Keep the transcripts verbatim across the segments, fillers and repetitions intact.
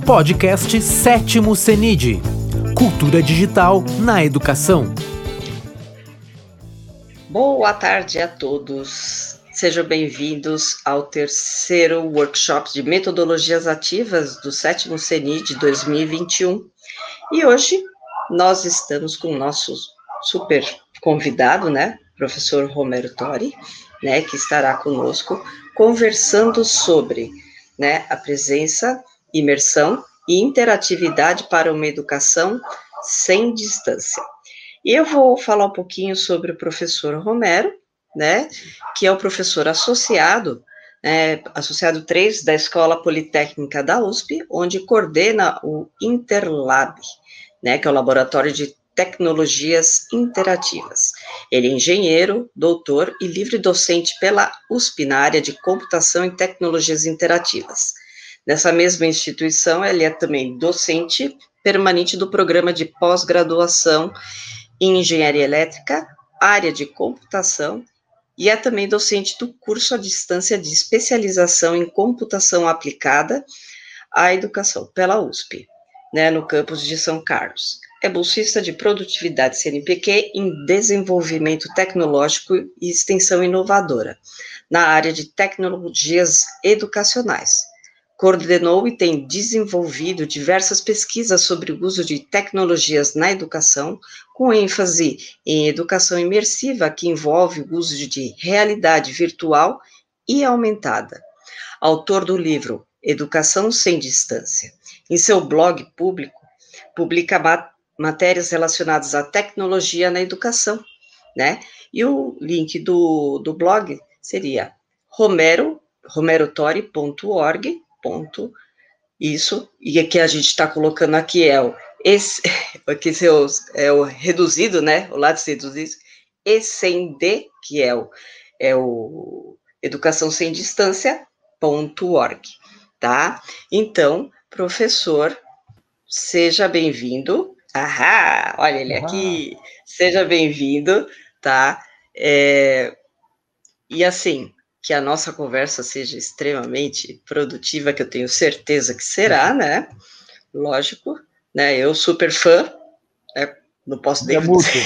Podcast Sétimo CENID. Cultura digital na educação. Boa tarde a todos. Sejam bem-vindos ao terceiro workshop de metodologias ativas do Sétimo CENID dois mil e vinte e um. E hoje nós estamos com o nosso super convidado, né, professor Romero Tori, né, que estará conosco conversando sobre, né, a presença, imersão e interatividade para uma educação sem distância. E eu vou falar um pouquinho sobre o professor Romero, né, que é o professor associado, é, associado três da Escola Politécnica da U S P, onde coordena o Interlab, né, que é o Laboratório de Tecnologias Interativas. Ele é engenheiro, doutor e livre docente pela U S P na área de Computação e Tecnologias Interativas. Nessa mesma instituição, ele é também docente permanente do programa de pós-graduação em Engenharia Elétrica, área de computação, e é também docente do curso à distância de especialização em computação aplicada à educação pela U S P, né, no campus de São Carlos. É bolsista de produtividade C N P Q em desenvolvimento tecnológico e extensão inovadora, na área de tecnologias educacionais. Coordenou e tem desenvolvido diversas pesquisas sobre o uso de tecnologias na educação, com ênfase em educação imersiva, que envolve o uso de realidade virtual e aumentada. Autor do livro Educação Sem Distância. Em seu blog público, publica mat- matérias relacionadas à tecnologia na educação, né? E o link do, do blog seria romero, romerotori ponto org. Ponto, isso, e aqui a gente está colocando aqui é o, esse, aqui é o reduzido, né, o lado reduzido, e sem D, que é o, é o educação sem distância, ponto org, tá? Então, professor, seja bem-vindo, ahá, olha ele aqui, seja bem-vindo, tá? É, e assim, que a nossa conversa seja extremamente produtiva, que eu tenho certeza que será, né? Lógico, né? Eu super fã, né? Não posso nem dizer.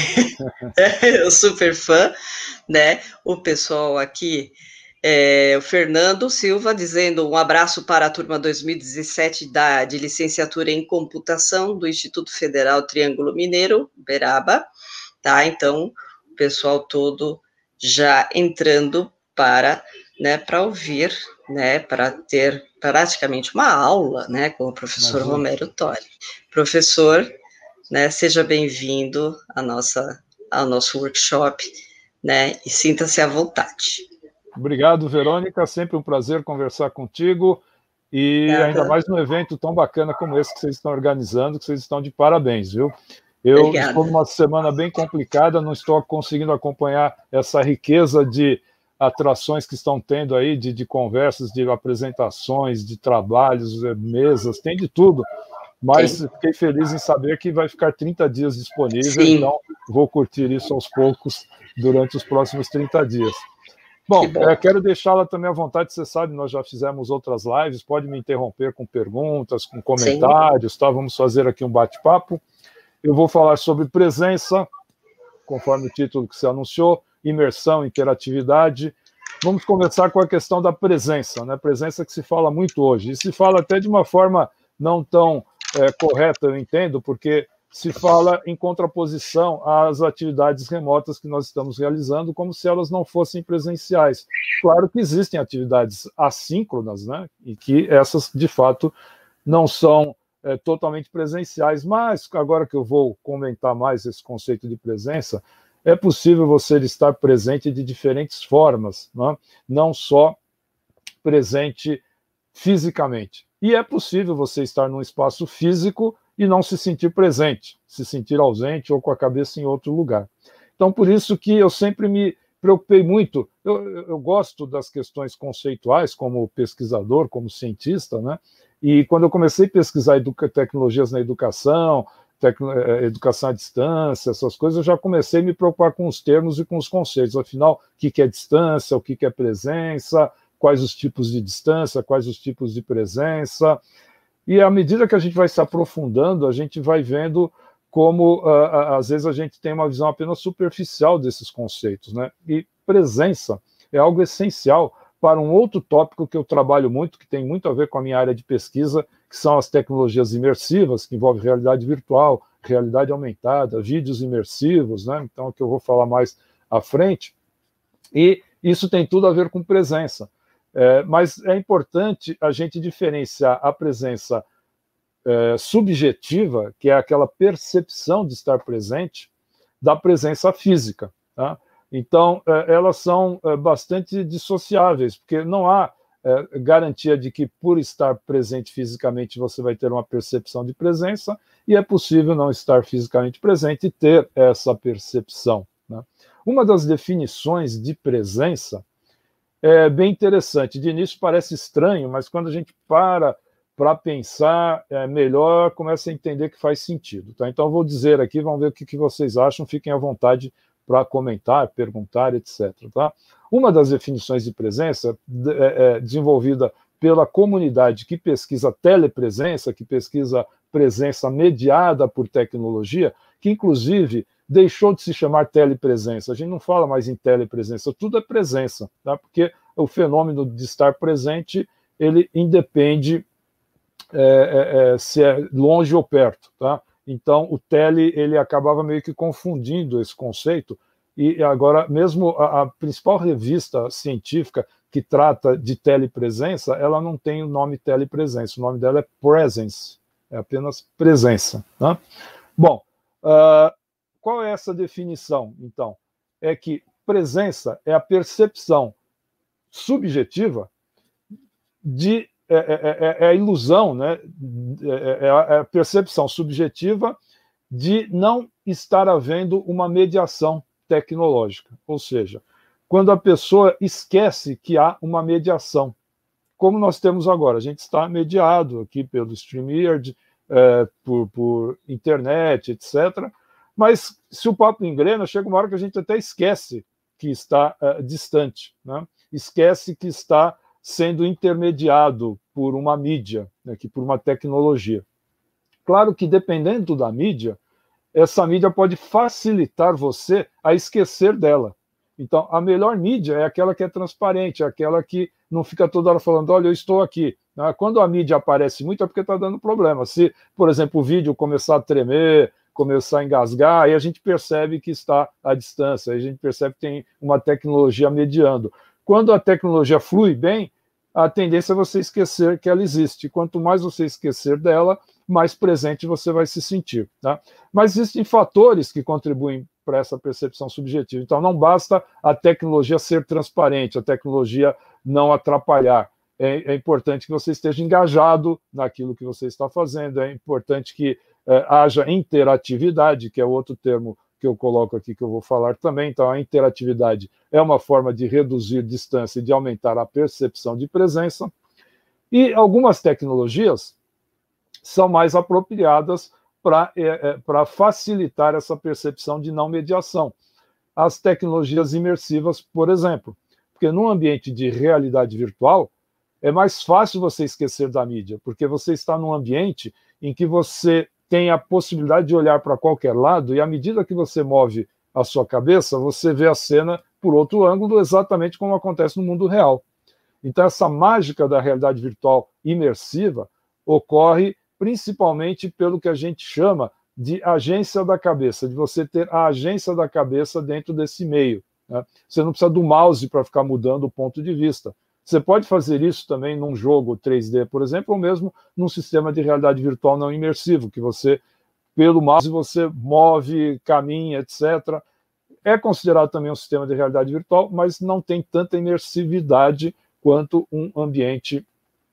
Eu super fã, né? O pessoal aqui, é, o Fernando Silva dizendo um abraço para a turma dois mil e dezessete da, de licenciatura em computação do Instituto Federal Triângulo Mineiro, Uberaba, tá? Então, o pessoal todo já entrando para, né, para ouvir, né, para ter praticamente uma aula, né, com o professor Imagina. Romero Tori. Professor, né, seja bem-vindo à nossa, ao nosso workshop, né, e sinta-se à vontade. Obrigado, Verônica, sempre um prazer conversar contigo, e Obrigada. Ainda mais num evento tão bacana como esse que vocês estão organizando, que vocês estão de parabéns, viu? Eu Obrigada. Estou numa semana bem complicada, não estou conseguindo acompanhar essa riqueza de atrações que estão tendo aí, de, de conversas, de apresentações, de trabalhos, mesas, tem de tudo. Mas Sim. Fiquei feliz em saber que vai ficar trinta dias disponível, Sim. Então vou curtir isso aos poucos durante os próximos trinta dias. Bom, que é, quero deixá-la também à vontade, você sabe, nós já fizemos outras lives, pode me interromper com perguntas, com comentários, tá? Vamos fazer aqui um bate-papo. Eu vou falar sobre presença, conforme o título que você anunciou, imersão, interatividade. Vamos começar com a questão da presença, né? Presença que se fala muito hoje. E se fala até de uma forma não tão é, correta, eu entendo, porque se fala em contraposição às atividades remotas que nós estamos realizando, como se elas não fossem presenciais. Claro que existem atividades assíncronas, né? E que essas, de fato, não são É, totalmente presenciais, mas agora que eu vou comentar mais esse conceito de presença, é possível você estar presente de diferentes formas, né? Não só presente fisicamente. E é possível você estar num espaço físico e não se sentir presente, se sentir ausente ou com a cabeça em outro lugar. Então, por isso que eu sempre me preocupei muito, eu, eu gosto das questões conceituais como pesquisador, como cientista, né? E quando eu comecei a pesquisar educa- tecnologias na educação, tecno- educação à distância, essas coisas, eu já comecei a me preocupar com os termos e com os conceitos. Afinal, o que, que é distância, o que, que é presença, quais os tipos de distância, quais os tipos de presença. E à medida que a gente vai se aprofundando, a gente vai vendo como, uh, às vezes, a gente tem uma visão apenas superficial desses conceitos, né? E presença é algo essencial para um outro tópico que eu trabalho muito, que tem muito a ver com a minha área de pesquisa, que são as tecnologias imersivas, que envolvem realidade virtual, realidade aumentada, vídeos imersivos, né? Então, é o que eu vou falar mais à frente. E isso tem tudo a ver com presença. É, mas é importante a gente diferenciar a presença é, subjetiva, que é aquela percepção de estar presente, da presença física, tá? Então, é, elas são é, bastante dissociáveis, porque não há é, garantia de que, por estar presente fisicamente, você vai ter uma percepção de presença, e é possível não estar fisicamente presente e ter essa percepção, né? Uma das definições de presença é bem interessante. De início parece estranho, mas quando a gente para para pensar é, melhor, começa a entender que faz sentido, tá? Então, eu vou dizer aqui, vamos ver o que, que vocês acham, fiquem à vontade para comentar, perguntar, etcétera. Tá? Uma das definições de presença é, é desenvolvida pela comunidade que pesquisa telepresença, que pesquisa presença mediada por tecnologia, que inclusive deixou de se chamar telepresença. A gente não fala mais em telepresença, tudo é presença, tá? Porque o fenômeno de estar presente, ele independe é, é, é, se é longe ou perto, tá? Então, o tele, ele acabava meio que confundindo esse conceito, e agora, mesmo a, a principal revista científica que trata de telepresença, ela não tem o nome telepresença, o nome dela é presence, é apenas presença, tá? Bom, uh, qual é essa definição, então? É que presença é a percepção subjetiva de É, é, é a ilusão, né? é, é a percepção subjetiva de não estar havendo uma mediação tecnológica. Ou seja, quando a pessoa esquece que há uma mediação, como nós temos agora. A gente está mediado aqui pelo StreamYard, é, por, por internet, etcétera. Mas se o papo engrena, chega uma hora que a gente até esquece que está é, distante, né? Esquece que está sendo intermediado por uma mídia, né, que por uma tecnologia. Claro que, dependendo da mídia, essa mídia pode facilitar você a esquecer dela. Então, a melhor mídia é aquela que é transparente, é aquela que não fica toda hora falando, olha, eu estou aqui. Quando a mídia aparece muito, é porque está dando problema. Se, por exemplo, o vídeo começar a tremer, começar a engasgar, aí a gente percebe que está à distância, aí a gente percebe que tem uma tecnologia mediando. Quando a tecnologia flui bem, a tendência é você esquecer que ela existe. Quanto mais você esquecer dela, mais presente você vai se sentir, tá? Mas existem fatores que contribuem para essa percepção subjetiva. Então, não basta a tecnologia ser transparente, a tecnologia não atrapalhar. É, é importante que você esteja engajado naquilo que você está fazendo, é importante que é, haja interatividade, que é outro termo que eu coloco aqui, que eu vou falar também. Então, a interatividade é uma forma de reduzir distância e de aumentar a percepção de presença. E algumas tecnologias são mais apropriadas para é, para facilitar essa percepção de não mediação. As tecnologias imersivas, por exemplo, porque num ambiente de realidade virtual, é mais fácil você esquecer da mídia, porque você está num ambiente em que você tem a possibilidade de olhar para qualquer lado, e à medida que você move a sua cabeça, você vê a cena por outro ângulo, exatamente como acontece no mundo real. Então, essa mágica da realidade virtual imersiva ocorre principalmente pelo que a gente chama de agência da cabeça, de você ter a agência da cabeça dentro desse meio, né? Você não precisa do mouse para ficar mudando o ponto de vista. Você pode fazer isso também num jogo três D, por exemplo, ou mesmo num sistema de realidade virtual não imersivo, que você, pelo mouse, você move, caminha, etcétera. É considerado também um sistema de realidade virtual, mas não tem tanta imersividade quanto um ambiente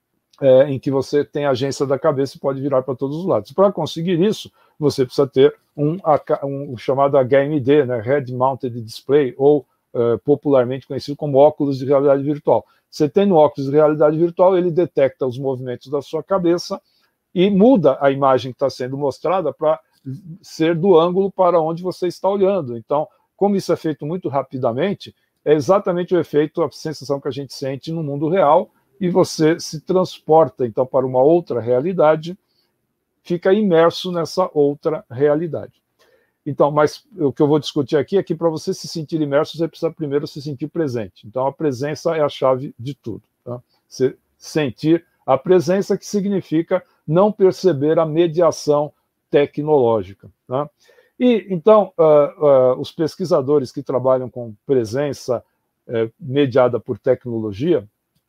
é, em que você tem a agência da cabeça e pode virar para todos os lados. Para conseguir isso, você precisa ter um, um, um chamado H M D, né, Head Mounted Display, ou uh, popularmente conhecido como óculos de realidade virtual. Você tem no óculos de realidade virtual, ele detecta os movimentos da sua cabeça e muda a imagem que está sendo mostrada para ser do ângulo para onde você está olhando. Então, como isso é feito muito rapidamente, é exatamente o efeito, a sensação que a gente sente no mundo real, e você se transporta, então, para uma outra realidade, fica imerso nessa outra realidade. Então, mas o que eu vou discutir aqui é que para você se sentir imerso, você precisa primeiro se sentir presente. Então, a presença é a chave de tudo. Tá? Você sentir a presença, que significa não perceber a mediação tecnológica. Tá? E, então, uh, uh, os pesquisadores que trabalham com presença uh, mediada por tecnologia,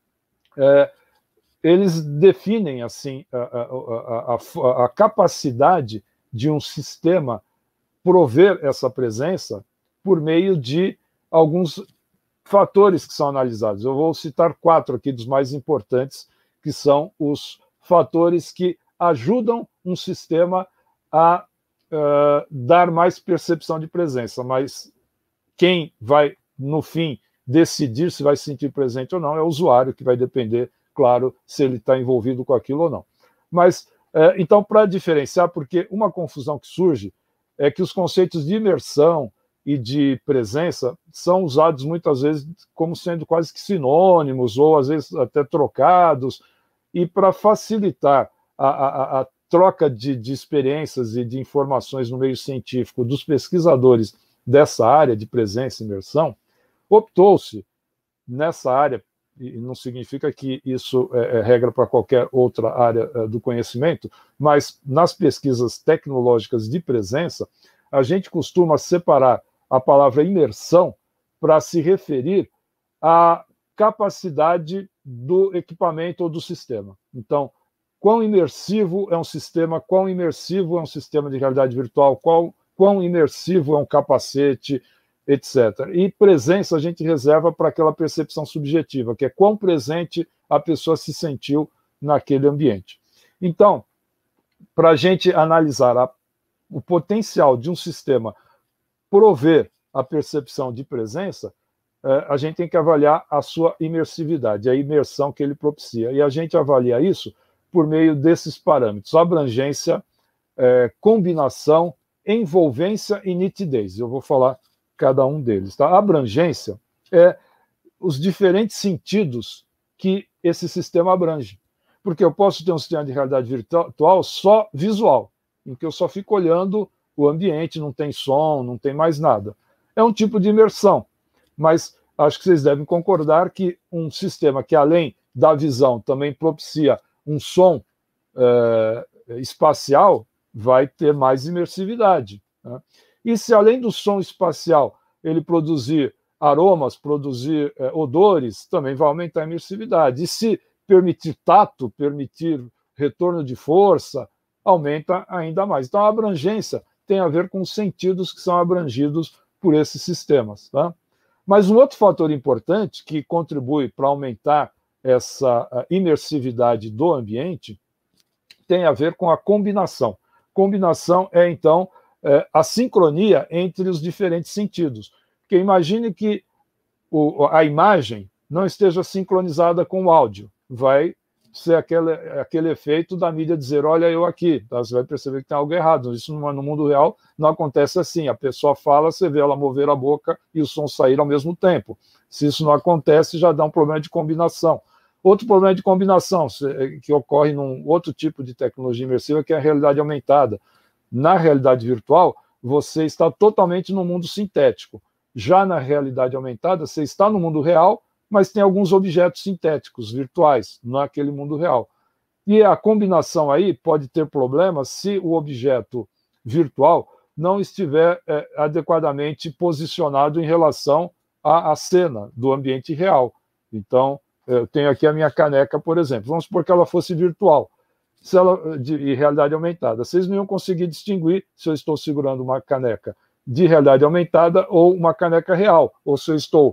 uh, eles definem, assim, a, a, a, a capacidade de um sistema prover essa presença por meio de alguns fatores que são analisados. Eu vou citar quatro aqui dos mais importantes, que são os fatores que ajudam um sistema a uh, dar mais percepção de presença, mas quem vai, no fim, decidir se vai se sentir presente ou não é o usuário, que vai depender, claro, se ele está envolvido com aquilo ou não. Mas, uh, então, para diferenciar, porque uma confusão que surge é que os conceitos de imersão e de presença são usados muitas vezes como sendo quase que sinônimos, ou às vezes até trocados, e para facilitar a, a, a troca de, de experiências e de informações no meio científico dos pesquisadores dessa área de presença e imersão, optou-se nessa área, e não significa que isso é, é regra para qualquer outra área é, do conhecimento, mas nas pesquisas tecnológicas de presença, a gente costuma separar a palavra imersão para se referir à capacidade do equipamento ou do sistema. Então, quão imersivo é um sistema, quão imersivo é um sistema de realidade virtual, qual, quão imersivo é um capacete, etcétera. E presença a gente reserva para aquela percepção subjetiva, que é quão presente a pessoa se sentiu naquele ambiente. Então, para a gente analisar a, o potencial de um sistema prover a percepção de presença, eh, a gente tem que avaliar a sua imersividade, a imersão que ele propicia. E a gente avalia isso por meio desses parâmetros: abrangência, eh, combinação, envolvência e nitidez. Eu vou falar cada um deles. Tá? A abrangência é os diferentes sentidos que esse sistema abrange. Porque eu posso ter um sistema de realidade virtual só visual, em que eu só fico olhando o ambiente, não tem som, não tem mais nada. É um tipo de imersão, mas acho que vocês devem concordar que um sistema que, além da visão, também propicia um som é, espacial, vai ter mais imersividade. Né? E se, além do som espacial, ele produzir aromas, produzir é, odores, também vai aumentar a imersividade. E se permitir tato, permitir retorno de força, aumenta ainda mais. Então, a abrangência tem a ver com os sentidos que são abrangidos por esses sistemas. Tá? Mas um outro fator importante que contribui para aumentar essa imersividade do ambiente tem a ver com a combinação. Combinação é, então, é, a sincronia entre os diferentes sentidos. Porque imagine que o, a imagem não esteja sincronizada com o áudio. Vai ser aquele, aquele efeito da mídia dizer, olha eu aqui. Tá? Você vai perceber que tem algo errado. Isso no, no mundo real não acontece assim. A pessoa fala, você vê ela mover a boca e o som sair ao mesmo tempo. Se isso não acontece, já dá um problema de combinação. Outro problema de combinação que ocorre num outro tipo de tecnologia imersiva, que é a realidade aumentada. Na realidade virtual, você está totalmente no mundo sintético. Já na realidade aumentada, você está no mundo real, mas tem alguns objetos sintéticos, virtuais, naquele mundo real. E a combinação aí pode ter problemas se o objeto virtual não estiver é, adequadamente posicionado em relação à, à cena do ambiente real. Então, eu tenho aqui a minha caneca, por exemplo. Vamos supor que ela fosse virtual, se ela, de, de realidade aumentada. Vocês não iam conseguir distinguir se eu estou segurando uma caneca de realidade aumentada ou uma caneca real, ou se eu estou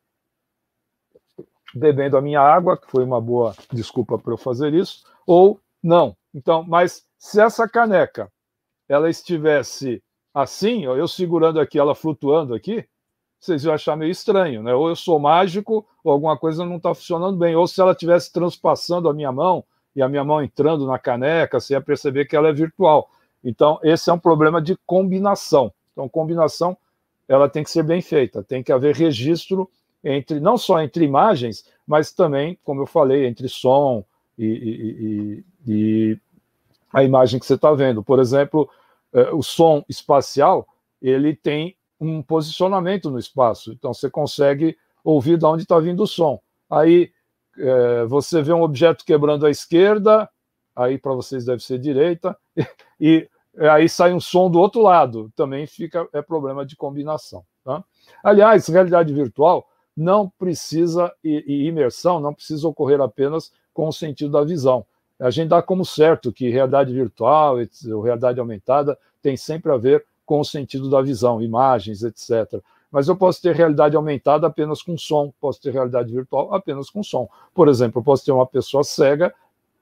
bebendo a minha água, que foi uma boa desculpa para eu fazer isso, ou não. Então, mas se essa caneca ela estivesse assim, ó, eu segurando aqui, ela flutuando aqui, vocês iam achar meio estranho, né? Ou eu sou mágico, ou alguma coisa não está funcionando bem. Ou se ela estivesse transpassando a minha mão, e a minha mão entrando na caneca, você ia perceber que ela é virtual. Então, esse é um problema de combinação. Então, combinação, ela tem que ser bem feita. Tem que haver registro entre, não só entre imagens, mas também, como eu falei, entre som e, e, e, e a imagem que você está vendo. Por exemplo, o som espacial, ele tem um posicionamento no espaço, então você consegue ouvir de onde está vindo o som. Aí é, você vê um objeto quebrando à esquerda, aí para vocês deve ser direita, e aí sai um som do outro lado, também fica, é problema de combinação. Tá? Aliás, realidade virtual não precisa, e, e imersão não precisa ocorrer apenas com o sentido da visão. A gente dá como certo que realidade virtual, ou realidade aumentada, tem sempre a ver com o sentido da visão, imagens, etcétera. Mas eu posso ter realidade aumentada apenas com som, posso ter realidade virtual apenas com som. Por exemplo, eu posso ter uma pessoa cega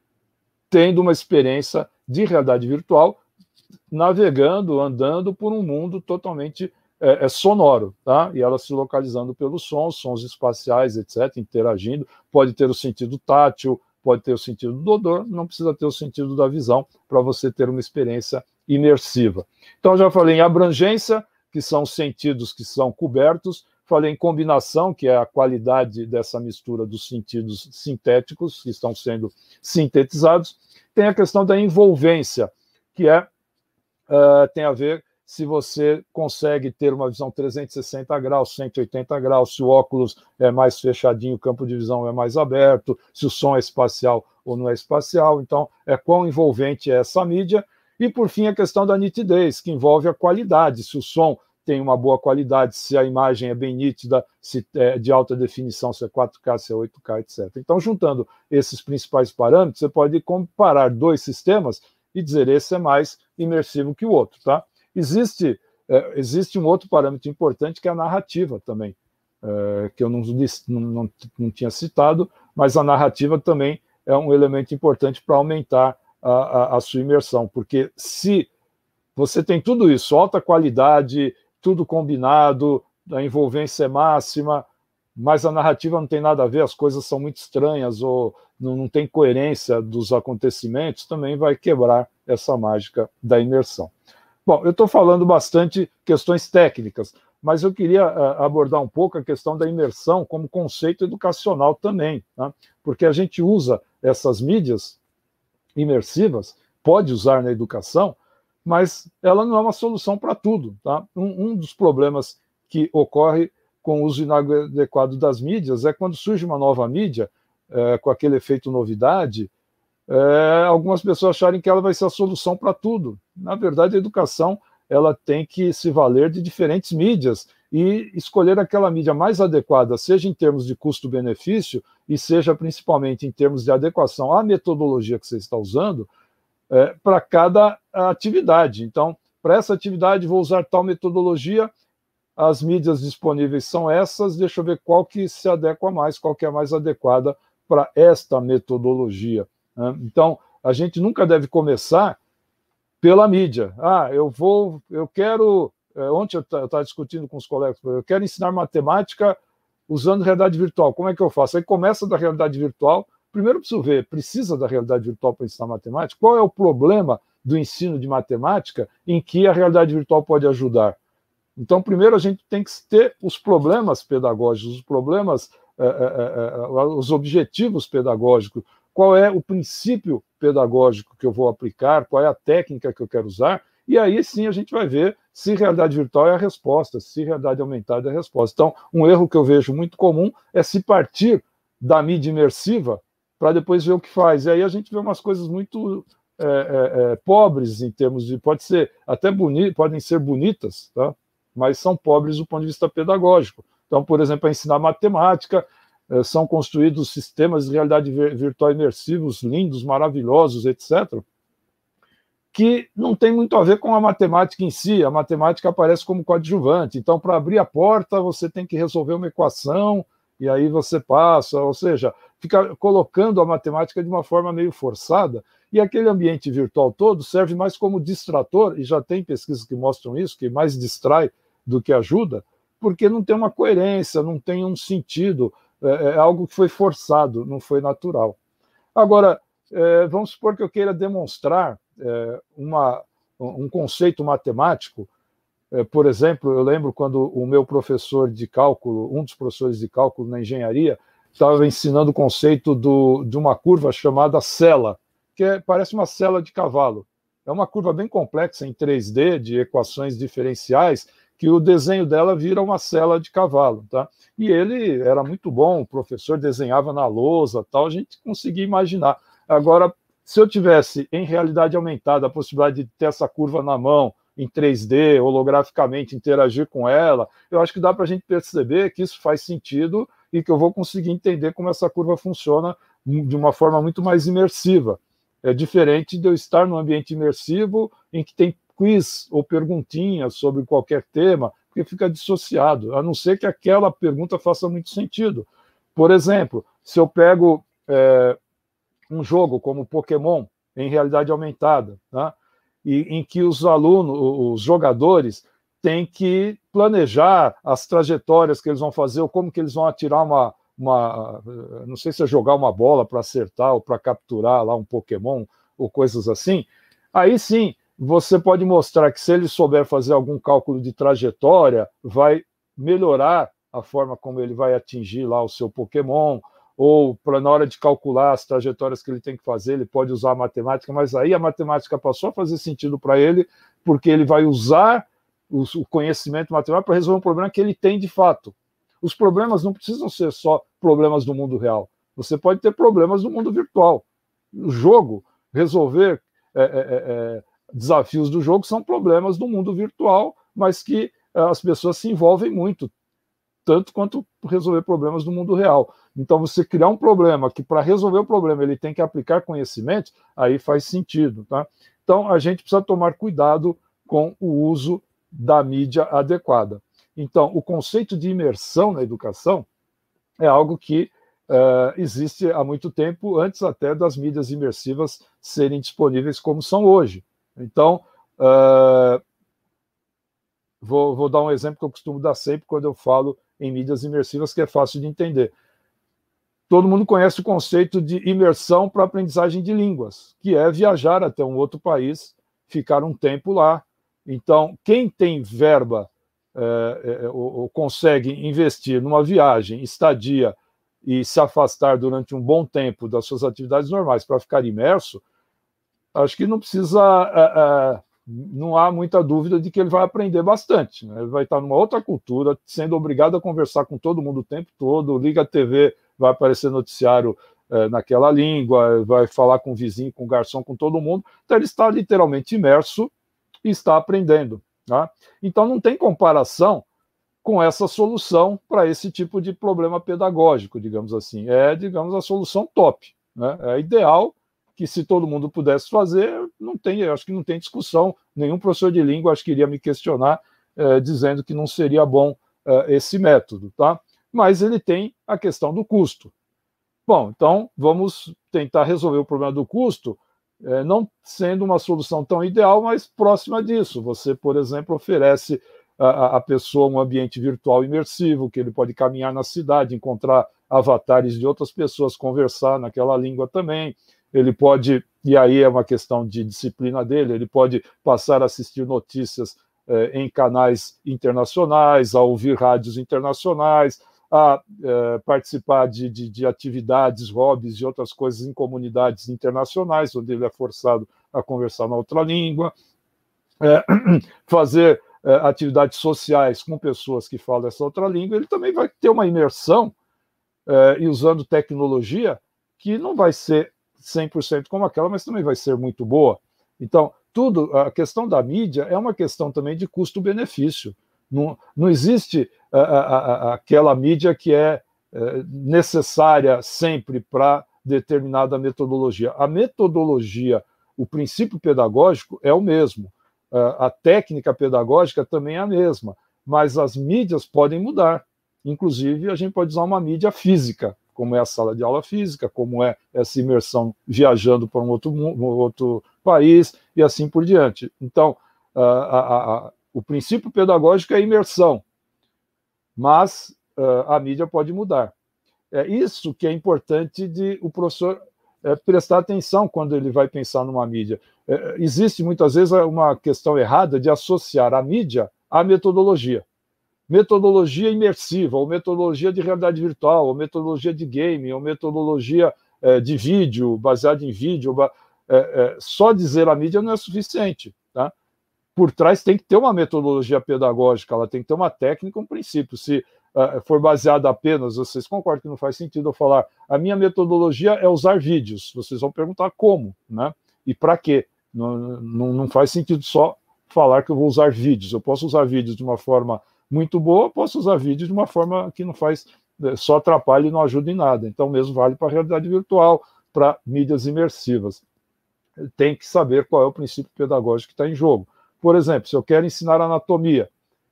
tendo uma experiência de realidade virtual, navegando, andando por um mundo totalmente é, é sonoro, tá? E ela se localizando pelos sons, sons espaciais, etcétera, interagindo, pode ter o sentido tátil, pode ter o sentido do odor, não precisa ter o sentido da visão para você ter uma experiência imersiva. Então, já falei em abrangência, que são sentidos que são cobertos, falei em combinação, que é a qualidade dessa mistura dos sentidos sintéticos que estão sendo sintetizados. Tem a questão da envolvência, que é, uh, tem a ver se você consegue ter uma visão trezentos e sessenta graus, cento e oitenta graus, se o óculos é mais fechadinho, o campo de visão é mais aberto, se o som é espacial ou não é espacial. Então, é quão envolvente é essa mídia. E, por fim, a questão da nitidez, que envolve a qualidade, se o som tem uma boa qualidade, se a imagem é bem nítida, se é de alta definição, se é quatro K, se é oito K, etcétera. Então, juntando esses principais parâmetros, você pode comparar dois sistemas e dizer esse é mais imersivo que o outro, tá? Existe, é, existe um outro parâmetro importante que é a narrativa também, é, que eu não, não, não, não tinha citado, mas a narrativa também é um elemento importante para aumentar a, a, a sua imersão, porque se você tem tudo isso, alta qualidade, tudo combinado, a envolvência é máxima, mas a narrativa não tem nada a ver, as coisas são muito estranhas ou não, não tem coerência dos acontecimentos, também vai quebrar essa mágica da imersão. Bom, eu estou falando bastante questões técnicas, mas eu queria uh, abordar um pouco a questão da imersão como conceito educacional também, tá? Porque a gente usa essas mídias imersivas, pode usar na educação, mas ela não é uma solução para tudo. Tá? Um, um dos problemas que ocorre com o uso inadequado das mídias é quando surge uma nova mídia, é, com aquele efeito novidade, é, algumas pessoas acharem que ela vai ser a solução para tudo. Na verdade, a educação ela tem que se valer de diferentes mídias e escolher aquela mídia mais adequada, seja em termos de custo-benefício e seja principalmente em termos de adequação à metodologia que você está usando, é, para cada atividade. Então, para essa atividade, vou usar tal metodologia, as mídias disponíveis são essas, deixa eu ver qual que se adequa mais, qual que é mais adequada para esta metodologia. Né? Então, a gente nunca deve começar pela mídia. Ah, eu vou, eu quero, ontem eu estava discutindo com os colegas, eu quero ensinar matemática usando realidade virtual, como é que eu faço? Aí começa da realidade virtual, primeiro eu preciso ver, precisa da realidade virtual para ensinar matemática? Qual é o problema do ensino de matemática em que a realidade virtual pode ajudar? Então, primeiro a gente tem que ter os problemas pedagógicos, os problemas, é, é, é, os objetivos pedagógicos, qual é o princípio pedagógico que eu vou aplicar, qual é a técnica que eu quero usar, e aí sim a gente vai ver se realidade virtual é a resposta, se realidade aumentada é a resposta. Então, um erro que eu vejo muito comum é se partir da mídia imersiva para depois ver o que faz. E aí a gente vê umas coisas muito é, é, é, pobres em termos de... Pode ser até boni, podem ser bonitas, tá? Mas são pobres do ponto de vista pedagógico. Então, por exemplo, para ensinar matemática, são construídos sistemas de realidade virtual imersivos, lindos, maravilhosos, etcétera, que não tem muito a ver com a matemática em si. A matemática aparece como coadjuvante. Então, para abrir a porta, você tem que resolver uma equação, e aí você passa, ou seja, fica colocando a matemática de uma forma meio forçada, e aquele ambiente virtual todo serve mais como distrator, e já tem pesquisas que mostram isso, que mais distrai do que ajuda, porque não tem uma coerência, não tem um sentido, é algo que foi forçado, não foi natural. Agora, é, vamos supor que eu queira demonstrar é, uma, um conceito matemático. É, por exemplo, eu lembro quando o meu professor de cálculo, um dos professores de cálculo na engenharia, estava ensinando o conceito do, de uma curva chamada sela, que é, parece uma sela de cavalo. É uma curva bem complexa em três D, de equações diferenciais, que o desenho dela vira uma sela de cavalo. Tá? E ele era muito bom, o professor desenhava na lousa, tal, a gente conseguia imaginar. Agora, se eu tivesse em realidade aumentada a possibilidade de ter essa curva na mão, em três D, holograficamente, interagir com ela, eu acho que dá para a gente perceber que isso faz sentido e que eu vou conseguir entender como essa curva funciona de uma forma muito mais imersiva. É diferente de eu estar num ambiente imersivo em que tem quiz ou perguntinhas sobre qualquer tema, porque fica dissociado, a não ser que aquela pergunta faça muito sentido. Por exemplo, se eu pego é, um jogo como Pokémon em realidade aumentada, né, e, em que os alunos, os jogadores, têm que planejar as trajetórias que eles vão fazer, ou como que eles vão atirar uma, uma não sei se é jogar uma bola para acertar ou para capturar lá um Pokémon ou coisas assim, aí sim, você pode mostrar que se ele souber fazer algum cálculo de trajetória, vai melhorar a forma como ele vai atingir lá o seu Pokémon, ou para na hora de calcular as trajetórias que ele tem que fazer, ele pode usar a matemática, mas aí a matemática passou a fazer sentido para ele, porque ele vai usar o conhecimento matemático para resolver um problema que ele tem de fato. Os problemas não precisam ser só problemas do mundo real. Você pode ter problemas do mundo virtual. O jogo, resolver é, é, é, desafios do jogo são problemas do mundo virtual, mas que as pessoas se envolvem muito, tanto quanto resolver problemas do mundo real. Então, você criar um problema que, para resolver o problema, ele tem que aplicar conhecimento, aí faz sentido. Tá? Então, a gente precisa tomar cuidado com o uso da mídia adequada. Então, o conceito de imersão na educação é algo que uh, existe há muito tempo, antes até das mídias imersivas serem disponíveis como são hoje. Então, uh, vou, vou dar um exemplo que eu costumo dar sempre quando eu falo em mídias imersivas, que é fácil de entender. Todo mundo conhece o conceito de imersão para aprendizagem de línguas, que é viajar até um outro país, ficar um tempo lá. Então, quem tem verba é, é, ou, ou consegue investir numa viagem, estadia e se afastar durante um bom tempo das suas atividades normais para ficar imerso, acho que não precisa, é, é, não há muita dúvida de que ele vai aprender bastante. Né? Ele vai estar numa outra cultura, sendo obrigado a conversar com todo mundo o tempo todo, liga a T V, vai aparecer noticiário é, naquela língua, vai falar com o vizinho, com o garçom, com todo mundo. Então, ele está literalmente imerso e está aprendendo. Tá? Então, não tem comparação com essa solução para esse tipo de problema pedagógico, digamos assim. É, digamos, a solução top. Né? É ideal que, se todo mundo pudesse fazer, não tem, eu acho que não tem discussão. Nenhum professor de língua acho que iria me questionar é, dizendo que não seria bom é, esse método. Tá? Mas ele tem a questão do custo. Bom, então vamos tentar resolver o problema do custo, eh, não sendo uma solução tão ideal, mas próxima disso. Você, por exemplo, oferece à, à pessoa um ambiente virtual imersivo, que ele pode caminhar na cidade, encontrar avatares de outras pessoas, conversar naquela língua também. Ele pode, e aí é uma questão de disciplina dele, ele pode passar a assistir notícias eh, em canais internacionais, a ouvir rádios internacionais, a é, participar de, de, de atividades, hobbies e outras coisas em comunidades internacionais, onde ele é forçado a conversar na outra língua, é, fazer é, atividades sociais com pessoas que falam essa outra língua. Ele também vai ter uma imersão é, e usando tecnologia que não vai ser cem por cento como aquela, mas também vai ser muito boa. Então, tudo, a questão da mídia é uma questão também de custo-benefício. Não, não existe a, a, a, aquela mídia que é, é necessária sempre para determinada metodologia. A metodologia, o princípio pedagógico é o mesmo. A técnica pedagógica também é a mesma, mas as mídias podem mudar. Inclusive, a gente pode usar uma mídia física, como é a sala de aula física, como é essa imersão viajando para um outro, um outro país, e assim por diante. Então, a, a, a o princípio pedagógico é a imersão, mas uh, a mídia pode mudar. É isso que é importante de o professor é, prestar atenção quando ele vai pensar numa mídia. É, existe muitas vezes uma questão errada de associar a mídia à metodologia. metodologia imersiva, ou metodologia de realidade virtual, ou metodologia de game, ou metodologia é, de vídeo, baseada em vídeo. É, é, só dizer a mídia não é suficiente, tá? Por trás tem que ter uma metodologia pedagógica, ela tem que ter uma técnica, um princípio. Se uh, for baseada apenas, vocês concordam que não faz sentido eu falar, a minha metodologia é usar vídeos, vocês vão perguntar como, né? E para quê? Não, não, não faz sentido só falar que eu vou usar vídeos. Eu posso usar vídeos de uma forma muito boa, posso usar vídeos de uma forma que não faz, só atrapalha e não ajuda em nada. Então, mesmo vale para a realidade virtual, para mídias imersivas. Tem que saber qual é o princípio pedagógico que está em jogo. Por exemplo, se eu quero ensinar anatomia,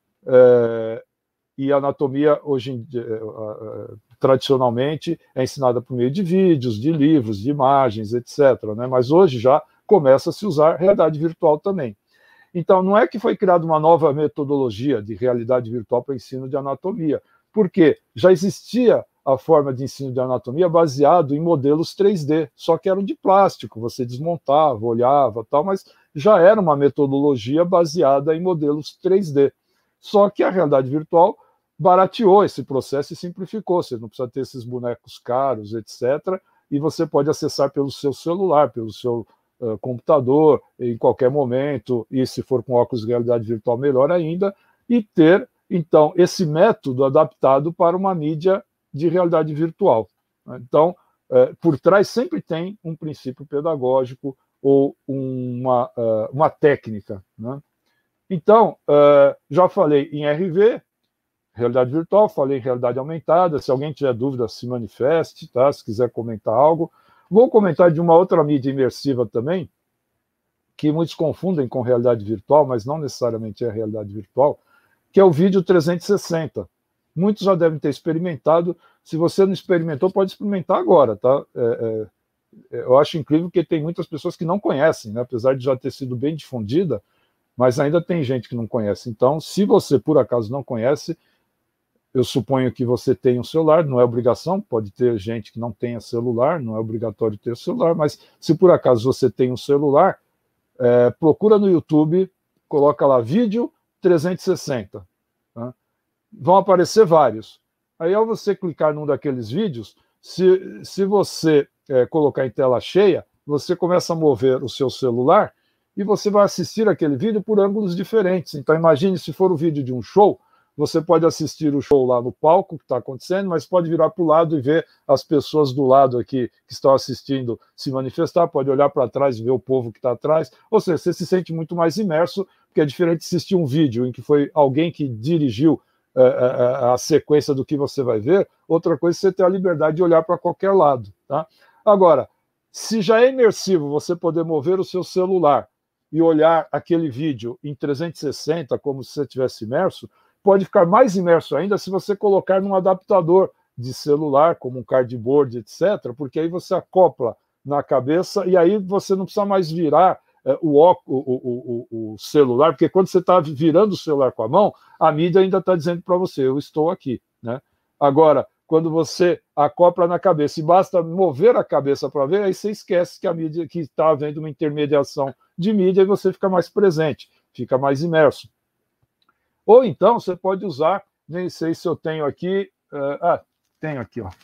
é, e a anatomia, hoje em dia, é, tradicionalmente, é ensinada por meio de vídeos, de livros, de imagens, etcétera, né? Mas hoje já começa a se usar realidade virtual também. Então, não é que foi criada uma nova metodologia de realidade virtual para ensino de anatomia, porque já existia a forma de ensino de anatomia baseado em modelos três D, só que eram de plástico, você desmontava, olhava, tal, mas já era uma metodologia baseada em modelos três D. Só que a realidade virtual barateou esse processo e simplificou, você não precisa ter esses bonecos caros, etcétera, e você pode acessar pelo seu celular, pelo seu uh, computador, em qualquer momento, e se for com óculos de realidade virtual, melhor ainda, e ter, então, esse método adaptado para uma mídia de realidade virtual. Então, eh, por trás sempre tem um princípio pedagógico ou uma, uh, uma técnica, né? Então, uh, já falei em R V, realidade virtual, falei em realidade aumentada. Se alguém tiver dúvida, se manifeste, tá? Se quiser comentar algo. Vou comentar de uma outra mídia imersiva também, que muitos confundem com realidade virtual, mas não necessariamente é realidade virtual, que é o vídeo trezentos e sessenta. Muitos já devem ter experimentado. Se você não experimentou, pode experimentar agora, tá? É, é, eu acho incrível que tem muitas pessoas que não conhecem, né? Apesar de já ter sido bem difundida, mas ainda tem gente que não conhece. Então, se você, por acaso, não conhece, eu suponho que você tem um celular, não é obrigação, pode ter gente que não tenha celular, não é obrigatório ter celular, mas se por acaso você tem um celular, é, procura no YouTube, coloca lá vídeo trezentos e sessenta, tá? Vão aparecer vários. Aí, ao você clicar num daqueles vídeos, se, se você é, colocar em tela cheia, você começa a mover o seu celular e você vai assistir aquele vídeo por ângulos diferentes. Então, imagine se for o vídeo de um show, você pode assistir o show lá no palco que está acontecendo, mas pode virar para o lado e ver as pessoas do lado aqui que estão assistindo se manifestar, pode olhar para trás e ver o povo que está atrás. Ou seja, você se sente muito mais imerso, porque é diferente de assistir um vídeo em que foi alguém que dirigiu a, a sequência do que você vai ver. Outra coisa é você ter a liberdade de olhar para qualquer lado, tá? Agora, se já é imersivo você poder mover o seu celular e olhar aquele vídeo em trezentos e sessenta, como se você estivesse imerso, pode ficar mais imerso ainda se você colocar num adaptador de celular, como um cardboard, etcétera, porque aí você acopla na cabeça e aí você não precisa mais virar é, o, o, o, o, o celular, porque quando você está virando o celular com a mão, a mídia ainda está dizendo para você, eu estou aqui, né? Agora, quando você acopla na cabeça e basta mover a cabeça para ver, aí você esquece que a mídia, que está havendo uma intermediação de mídia e você fica mais presente, fica mais imerso. Ou então você pode usar, nem sei se eu tenho aqui, uh, ah, tenho aqui, ó.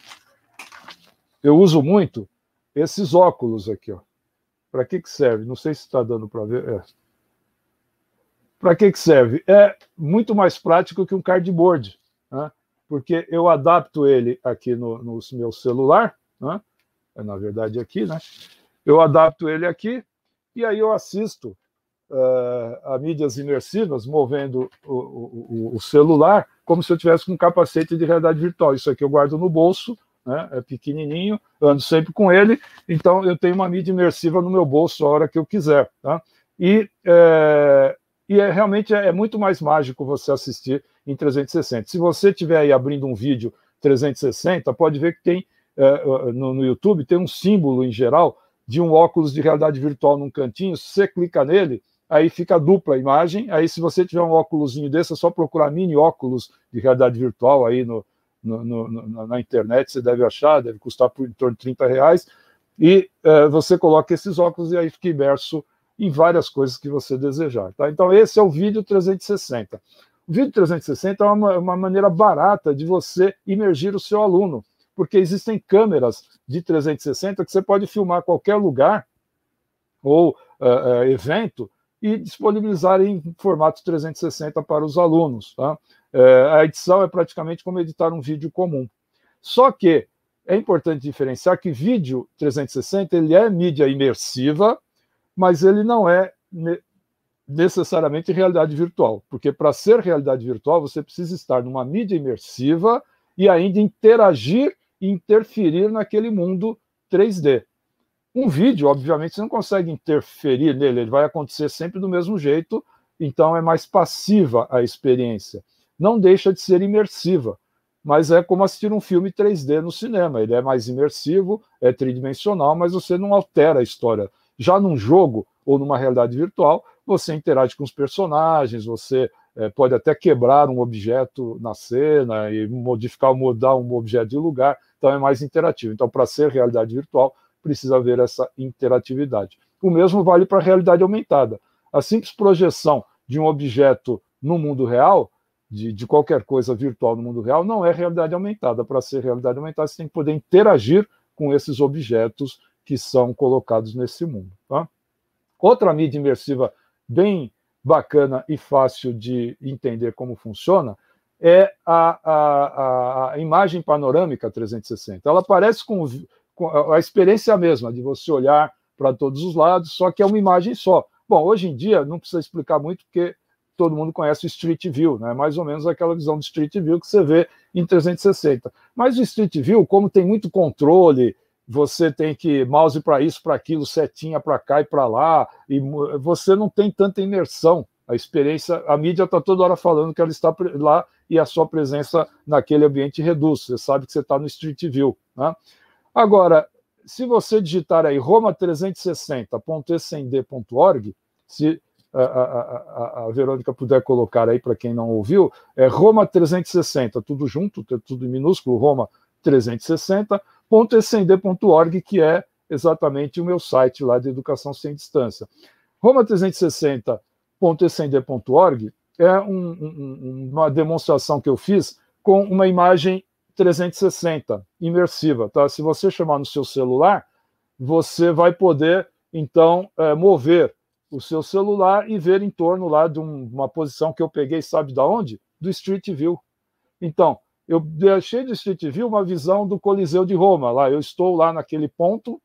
Eu uso muito esses óculos aqui, ó. Para que que serve? Não sei se está dando para ver. É. Para que que serve? É muito mais prático que um cardboard, né? Porque eu adapto ele aqui no, no meu celular, né? É, na verdade aqui, né? Eu adapto ele aqui e aí eu assisto Uh, a mídias imersivas, movendo o, o, o celular, como se eu tivesse com um capacete de realidade virtual. Isso aqui eu guardo no bolso, né? É pequenininho, ando sempre com ele, então eu tenho uma mídia imersiva no meu bolso a hora que eu quiser, tá? E, é, e é, realmente é, é muito mais mágico você assistir em trezentos e sessenta. Se você estiver aí abrindo um vídeo trezentos e sessenta, pode ver que tem, é, no, no YouTube, tem um símbolo em geral de um óculos de realidade virtual num cantinho. Se você clica nele, aí fica dupla a imagem. Aí, se você tiver um óculosinho desse, é só procurar mini óculos de realidade virtual aí no, no, no, na internet, você deve achar, deve custar por em torno de trinta reais, e uh, você coloca esses óculos e aí fica imerso em várias coisas que você desejar, tá? Então, esse é o vídeo trezentos e sessenta. O vídeo trezentos e sessenta é uma, uma maneira barata de você imergir o seu aluno, porque existem câmeras de trezentos e sessenta que você pode filmar qualquer lugar ou uh, uh, evento e disponibilizar em formato trezentos e sessenta para os alunos. Tá? Uh, a edição é praticamente como editar um vídeo comum. Só que é importante diferenciar que vídeo trezentos e sessenta ele é mídia imersiva, mas ele não é necessariamente realidade virtual, porque para ser realidade virtual você precisa estar numa mídia imersiva e ainda interagir e interferir naquele mundo três D. Um vídeo, obviamente, você não consegue interferir nele, ele vai acontecer sempre do mesmo jeito, então é mais passiva a experiência. Não deixa de ser imersiva, mas é como assistir um filme três D no cinema, ele é mais imersivo, é tridimensional, mas você não altera a história. Já num jogo ou numa realidade virtual, você interage com os personagens, você é, pode até quebrar um objeto na cena e modificar, mudar um objeto de lugar, então é mais interativo. Então, para ser realidade virtual, precisa haver essa interatividade. O mesmo vale para a realidade aumentada. A simples projeção de um objeto no mundo real, de, de qualquer coisa virtual no mundo real, não é realidade aumentada. Para ser realidade aumentada, você tem que poder interagir com esses objetos que são colocados nesse mundo. Tá? Outra mídia imersiva bem bacana e fácil de entender como funciona é a, a, a imagem panorâmica trezentos e sessenta. Ela parece com, com a experiência mesma de você olhar para todos os lados, só que é uma imagem só. Bom, hoje em dia não precisa explicar muito, porque todo mundo conhece o Street View, né? Mais ou menos aquela visão do Street View que você vê em trezentos e sessenta. Mas o Street View, como tem muito controle, você tem que mouse para isso, para aquilo, setinha para cá e para lá, e você não tem tanta imersão. A experiência, a mídia está toda hora falando que ela está lá e a sua presença naquele ambiente reduz. Você sabe que você está no Street View. Né? Agora, se você digitar aí roma trezentos e sessenta ponto e c n d ponto org, se a, a, a, a Verônica puder colocar aí para quem não ouviu, é roma trezentos e sessenta, tudo junto, tudo em minúsculo, roma trezentos e sessenta ponto e c n d ponto org, que é exatamente o meu site lá de educação sem distância. roma trezentos e sessenta ponto e c n d ponto org é um, um, uma demonstração que eu fiz com uma imagem trezentos e sessenta imersiva. Tá? Se você chamar no seu celular, você vai poder, então, é, mover o seu celular e ver em torno lá de um, uma posição que eu peguei, sabe de onde? Do Street View. Então, eu deixei do Street View uma visão do Coliseu de Roma. Lá, eu estou lá naquele ponto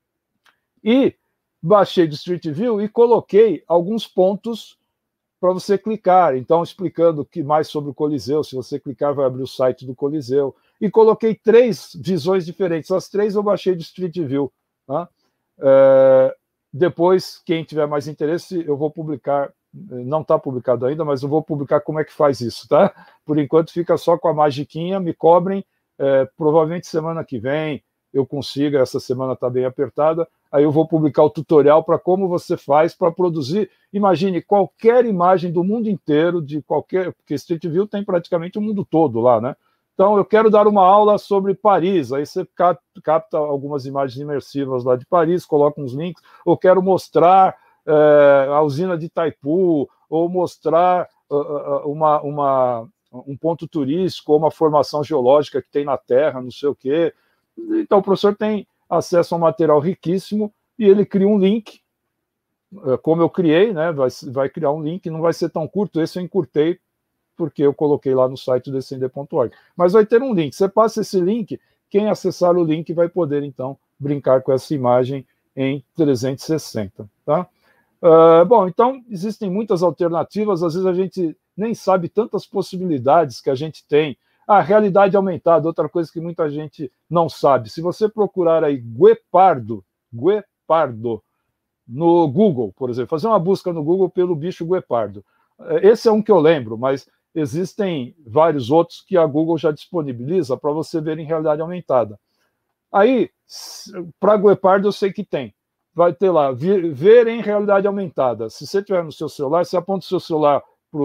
e baixei do Street View e coloquei alguns pontos para você clicar. Então, explicando que mais sobre o Coliseu. Se você clicar, vai abrir o site do Coliseu. E coloquei três visões diferentes. As três eu baixei do Street View. Tá? É, depois, quem tiver mais interesse, eu vou publicar. Não está publicado ainda, mas eu vou publicar como é que faz isso, tá? Por enquanto fica só com a magiquinha, me cobrem, é, provavelmente semana que vem eu consiga, essa semana está bem apertada, aí eu vou publicar o tutorial para como você faz para produzir, imagine, qualquer imagem do mundo inteiro, de qualquer, porque Street View tem praticamente o mundo todo lá, né? Então eu quero dar uma aula sobre Paris, aí você capta algumas imagens imersivas lá de Paris, coloca uns links, ou quero mostrar É, a usina de Itaipu, ou mostrar uh, uma, uma, um ponto turístico, ou uma formação geológica que tem na Terra, não sei o quê. Então, o professor tem acesso a um material riquíssimo e ele cria um link, uh, como eu criei, né, vai, vai criar um link, não vai ser tão curto, esse eu encurtei, porque eu coloquei lá no site do e c n d ponto org. Mas vai ter um link, você passa esse link, quem acessar o link vai poder, então, brincar com essa imagem em trezentos e sessenta, tá? Uh, bom, então existem muitas alternativas, às vezes a gente nem sabe tantas possibilidades que a gente tem. A ah, realidade aumentada, outra coisa que muita gente não sabe. Se você procurar aí guepardo, guepardo no Google, por exemplo, fazer uma busca no Google pelo bicho guepardo. Esse é um que eu lembro, mas existem vários outros que a Google já disponibiliza para você ver em realidade aumentada. Aí, para guepardo eu sei que tem. Vai ter lá, ver em realidade aumentada. Se você tiver no seu celular, você aponta o seu celular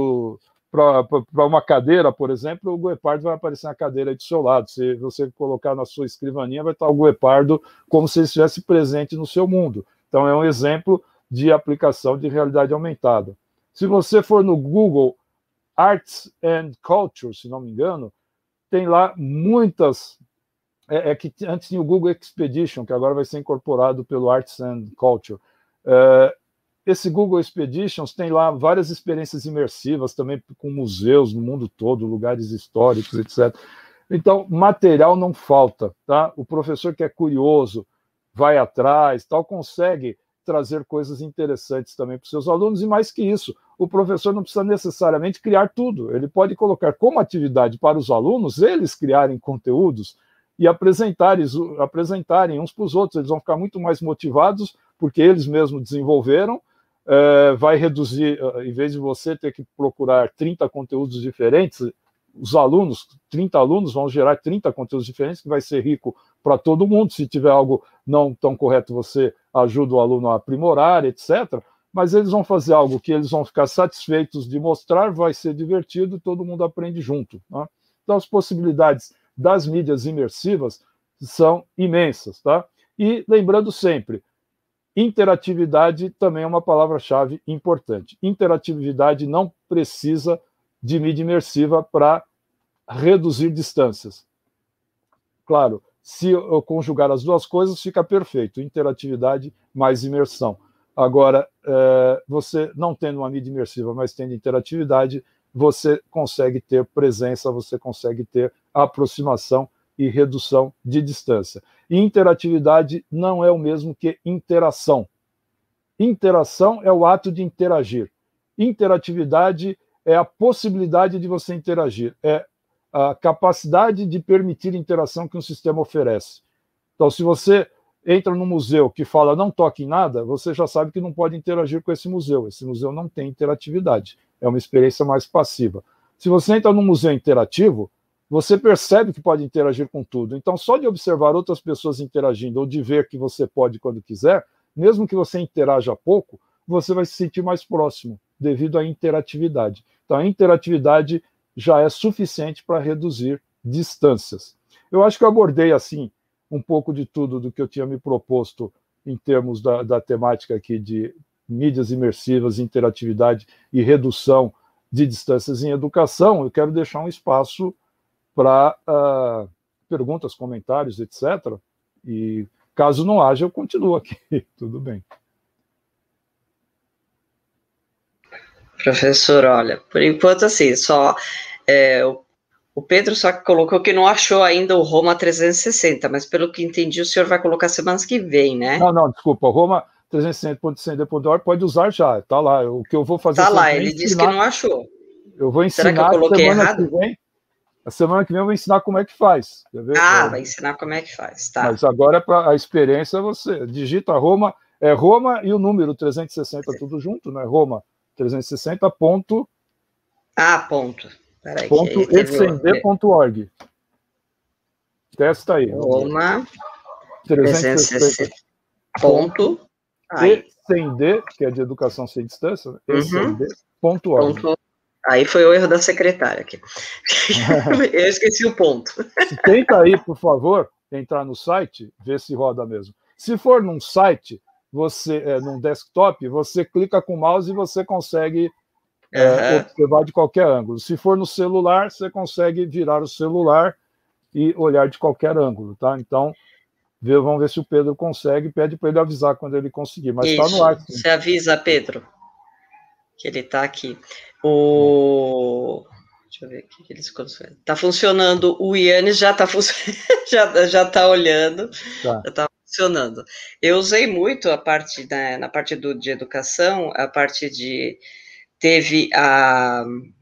para uma cadeira, por exemplo, o guepardo vai aparecer na cadeira aí do seu lado. Se você colocar na sua escrivaninha, vai estar o guepardo como se ele estivesse presente no seu mundo. Então, é um exemplo de aplicação de realidade aumentada. Se você for no Google Arts and Culture, se não me engano, tem lá muitas... É, é que antes tinha o Google Expedition, que agora vai ser incorporado pelo Arts and Culture. É, esse Google Expeditions tem lá várias experiências imersivas, também com museus no mundo todo, lugares históricos, etcétera. Então, material não falta, tá? O professor que é curioso, vai atrás, tal, consegue trazer coisas interessantes também para os seus alunos, e mais que isso, o professor não precisa necessariamente criar tudo, ele pode colocar como atividade para os alunos, eles criarem conteúdos e apresentarem, apresentarem uns para os outros, eles vão ficar muito mais motivados, porque eles mesmos desenvolveram, é, vai reduzir, em vez de você ter que procurar trinta conteúdos diferentes, os alunos, trinta alunos vão gerar trinta conteúdos diferentes, que vai ser rico para todo mundo. Se tiver algo não tão correto, você ajuda o aluno a aprimorar, etcétera. Mas eles vão fazer algo que eles vão ficar satisfeitos de mostrar, vai ser divertido, todo mundo aprende junto, né? Então, as possibilidades das mídias imersivas são imensas, tá? E lembrando sempre, interatividade também é uma palavra-chave importante. Interatividade não precisa de mídia imersiva para reduzir distâncias. Claro, se eu conjugar as duas coisas, fica perfeito. Interatividade mais imersão. Agora, é, você não tendo uma mídia imersiva, mas tendo interatividade, você consegue ter presença, você consegue ter aproximação e redução de distância. E interatividade não é o mesmo que interação. Interação é o ato de interagir. Interatividade é a possibilidade de você interagir, é a capacidade de permitir interação que um sistema oferece. Então, se você entra num museu que fala não toque em nada, você já sabe que não pode interagir com esse museu. Esse museu não tem interatividade, é uma experiência mais passiva. Se você entra num museu interativo, você percebe que pode interagir com tudo. Então, só de observar outras pessoas interagindo ou de ver que você pode quando quiser, mesmo que você interaja pouco, você vai se sentir mais próximo, devido à interatividade. Então, a interatividade já é suficiente para reduzir distâncias. Eu acho que eu abordei, assim, um pouco de tudo do que eu tinha me proposto em termos da, da temática aqui de mídias imersivas, interatividade e redução de distâncias em educação. Eu quero deixar um espaço para uh, perguntas, comentários, etcétera. E caso não haja, eu continuo aqui. Tudo bem. Professor, olha, por enquanto, assim, só é, o, o Pedro só colocou que não achou ainda o Roma trezentos e sessenta, mas pelo que entendi, o senhor vai colocar semanas que vem, né? Não, não, desculpa, Roma trezentos e sessenta ponto c d ponto org pode usar já, tá lá. O que eu vou fazer... Tá lá, ele disse que não achou. Eu vou ensinar. Será que eu coloquei semana errado? Que vem, a semana que vem eu vou ensinar como é que faz. Quer ver? Ah, é, vai ensinar como é que faz, tá. Mas agora, para a experiência, você digita Roma, é Roma e o número trezentos e sessenta, tudo junto, né? Roma trezentos e sessenta ponto... Ah, ponto. Peraí, ponto ecnd ponto org. Testa aí. Roma trezentos e sessenta ponto ecnd, que é de educação sem distância, né? Uhum. ecnd ponto org. Ponto. Aí foi o erro da secretária aqui. Eu esqueci o ponto. Tenta aí, por favor, entrar no site, ver se roda mesmo. Se for num site, você, é, num desktop, você clica com o mouse e você consegue é, uhum. observar de qualquer ângulo. Se for no celular, você consegue virar o celular e olhar de qualquer ângulo, tá? Então, vê, vamos ver se o Pedro consegue, pede para ele avisar quando ele conseguir, mas está no ar. Sim. Você avisa, Pedro, que ele está aqui. O... Deixa eu ver aqui que eles conseguem. Está funcionando, o Yannis já está funcionando, já, já tá olhando, tá. já está funcionando. Eu usei muito a parte, né, na parte do, de educação, a parte de... Teve a...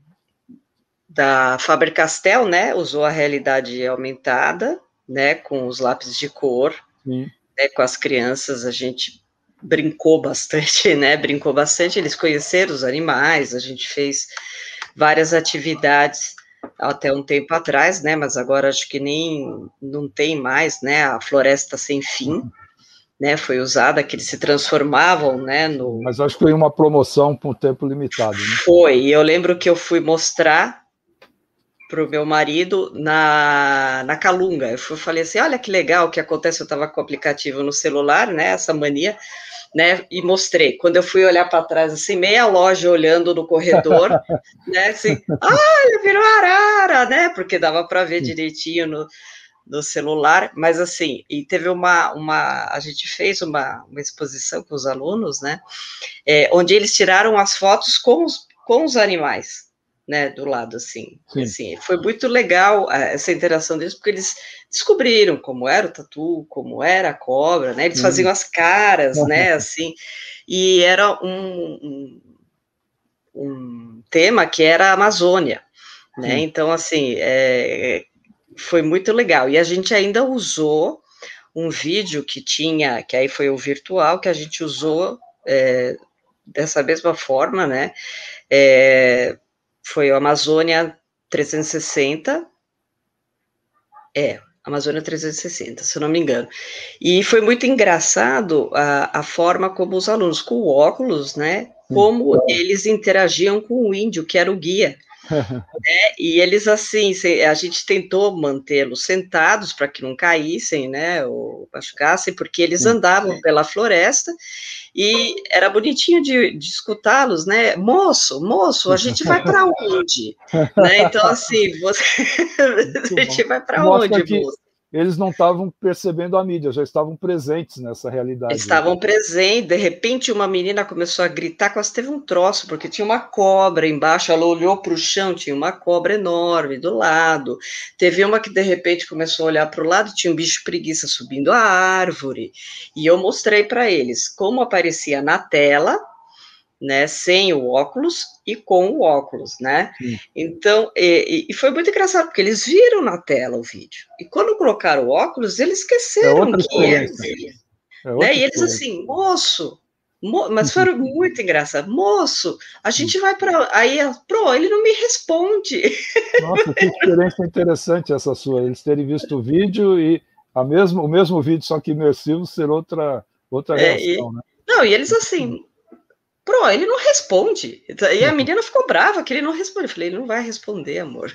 da Faber-Castell, né, usou a realidade aumentada, né, com os lápis de cor, né, com as crianças, a gente brincou bastante, né, brincou bastante, eles conheceram os animais, a gente fez várias atividades até um tempo atrás, né, mas agora acho que nem, não tem mais, né, a Floresta Sem Fim, né, foi usada, que eles se transformavam, né, no... Mas acho que foi uma promoção por tempo limitado, né? Foi, e eu lembro que eu fui mostrar para o meu marido na, na Calunga. Eu fui, falei assim, olha que legal o que acontece, eu estava com o aplicativo no celular, né, essa mania, né, e mostrei. Quando eu fui olhar para trás, assim, meia loja olhando no corredor, né, assim, olha, virou arara, né, porque dava para ver direitinho no, no celular, mas assim, e teve uma, uma a gente fez uma, uma exposição com os alunos, né, é, onde eles tiraram as fotos com os, com os animais, né, do lado, assim, assim, foi muito legal essa interação deles, porque eles descobriram como era o tatu, como era a cobra, né, eles Sim. faziam as caras, né, assim, e era um, um, um tema que era a Amazônia, né, Sim. então, assim, é, foi muito legal, e a gente ainda usou um vídeo que tinha, que aí foi o virtual, que a gente usou é, dessa mesma forma, né, é, foi o Amazônia trezentos e sessenta, é, Amazônia trezentos e sessenta, se eu não me engano, e foi muito engraçado a, a forma como os alunos, com o óculos, né, como eles interagiam com o índio, que era o guia, né, e eles assim, a gente tentou mantê-los sentados para que não caíssem, né, ou machucassem, porque eles andavam pela floresta, e era bonitinho de, de escutá-los, né, moço, moço, a gente vai para onde? Né, então assim, você, a gente vai para onde, moço? Eles não estavam percebendo a mídia, já estavam presentes nessa realidade. Eles estavam presentes, de repente uma menina começou a gritar, quase teve um troço, porque tinha uma cobra embaixo, ela olhou para o chão, tinha uma cobra enorme do lado, teve uma que de repente começou a olhar para o lado, tinha um bicho preguiça subindo a árvore, e eu mostrei para eles como aparecia na tela, né, sem o óculos e com o óculos, né, Sim. então, e, e foi muito engraçado, porque eles viram na tela o vídeo, e quando colocaram o óculos, eles esqueceram é que era eles, é né, e eles assim, moço, mo mas foram muito engraçados, moço, a gente vai para, aí, pro, ele não me responde. Nossa, que experiência interessante essa sua, eles terem visto o vídeo e a mesmo, o mesmo vídeo, só que imersivo, ser outra, outra é, reação, e, né? Não, e eles assim, Pro, ele não responde. E a menina ficou brava que ele não responde. Eu falei, ele não vai responder, amor.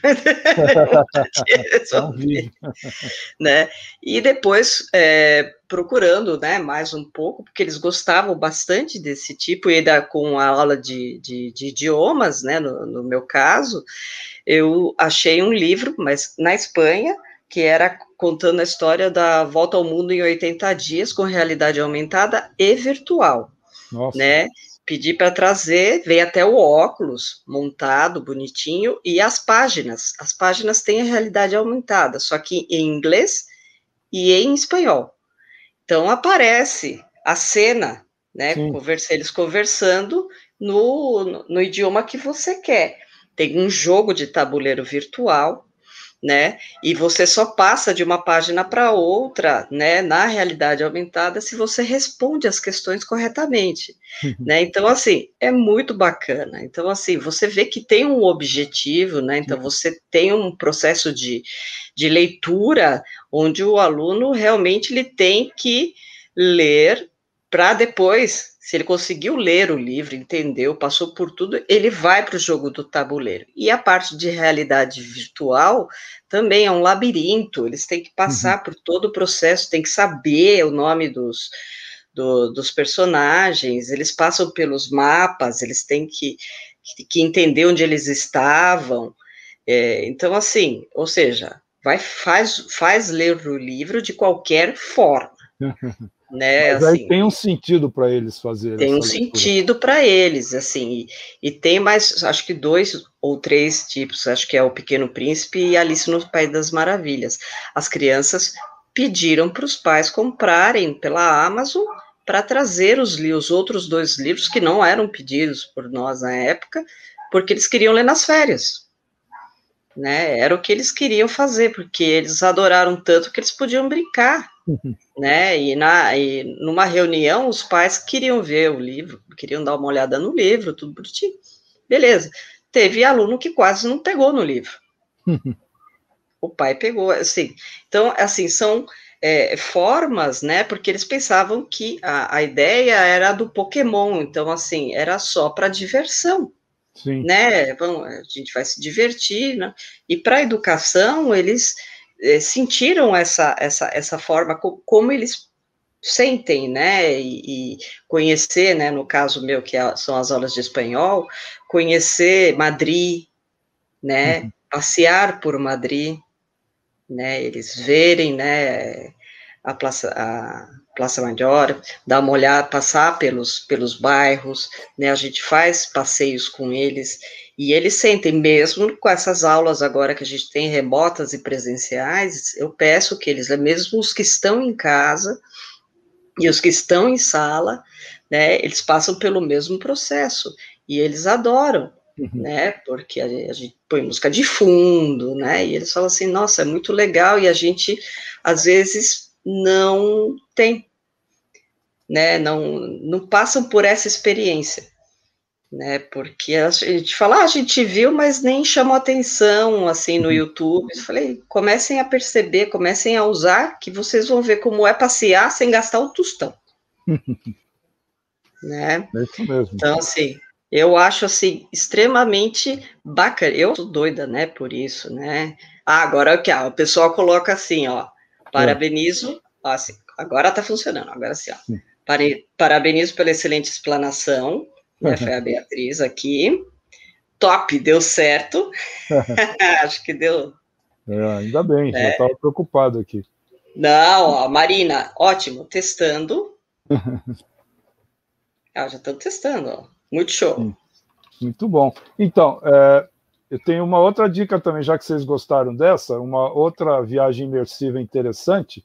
Não vai né? E depois, é, procurando, né, mais um pouco, porque eles gostavam bastante desse tipo, e ainda com a aula de, de, de idiomas, né, no, no meu caso, eu achei um livro, mas na Espanha, que era contando a história da volta ao mundo em oitenta dias, com realidade aumentada e virtual. Nossa. Né? Pedi para trazer, veio até o óculos montado, bonitinho, e as páginas. As páginas têm a realidade aumentada, só que em inglês e em espanhol. Então, aparece a cena, né? Conversa, eles conversando no, no, no idioma que você quer. Tem um jogo de tabuleiro virtual, né? E você só passa de uma página para outra, né? Na realidade aumentada, se você responde as questões corretamente, né? Então, assim, é muito bacana. Então, assim, você vê que tem um objetivo, né? Então, você tem um processo de, de leitura onde o aluno realmente ele tem que ler para depois, se ele conseguiu ler o livro, entendeu, passou por tudo, ele vai para o jogo do tabuleiro. E a parte de realidade virtual também é um labirinto, eles têm que passar uhum. por todo o processo, tem que saber o nome dos, do, dos personagens, eles passam pelos mapas, eles têm que, que entender onde eles estavam. É, então, assim, ou seja, vai, faz, faz ler o livro de qualquer forma. Né, Mas assim, aí tem um sentido para eles fazerem. Tem um sentido para eles, assim, e, e tem mais, acho que dois ou três tipos, acho que é o Pequeno Príncipe e Alice no País das Maravilhas. As crianças pediram para os pais comprarem pela Amazon para trazer os, os outros dois livros que não eram pedidos por nós na época, porque eles queriam ler nas férias. Né, era o que eles queriam fazer, porque eles adoraram tanto que eles podiam brincar, né, e, na, e numa reunião os pais queriam ver o livro, queriam dar uma olhada no livro, tudo bonitinho, beleza, teve aluno que quase não pegou no livro, o pai pegou, assim, então, assim, são é, formas, né, porque eles pensavam que a, a ideia era do Pokémon, então, assim, era só para diversão, Sim. né, bom, a gente vai se divertir, né, e para a educação, eles é, sentiram essa, essa, essa forma, co como eles sentem, né, e, e conhecer, né, no caso meu, que é, são as aulas de espanhol, conhecer Madrid, né, uhum. passear por Madrid, né, eles verem, né, a Praça, a Praça Maior, dar uma olhada, passar pelos, pelos bairros, né, a gente faz passeios com eles, e eles sentem, mesmo com essas aulas agora que a gente tem remotas e presenciais, eu peço que eles, mesmo os que estão em casa, e os que estão em sala, né, eles passam pelo mesmo processo, e eles adoram, uhum. né, porque a, a gente põe música de fundo, né, e eles falam assim, nossa, é muito legal, e a gente, às vezes, não tem, né, não, não passam por essa experiência, né, porque a gente fala, ah, a gente viu, mas nem chamou atenção, assim, no YouTube. Eu falei, comecem a perceber, comecem a usar, que vocês vão ver como é passear sem gastar um tostão. Né? É isso mesmo. Então, assim, eu acho, assim, extremamente bacana. Eu sou doida, né, por isso, né. Ah, agora o que? Ah, o pessoal coloca assim, ó, parabenizo, ó, assim, agora tá funcionando, agora sim, ó. Parabenizo pela excelente explanação, né, foi a Beatriz aqui. Top, deu certo. Acho que deu. É, ainda bem, é. já estava preocupado aqui. Não, ó, Marina, ótimo, testando. Ah, já estão testando, ó. Muito show. Sim. Muito bom. Então, é, eu tenho uma outra dica também, já que vocês gostaram dessa, uma outra viagem imersiva interessante.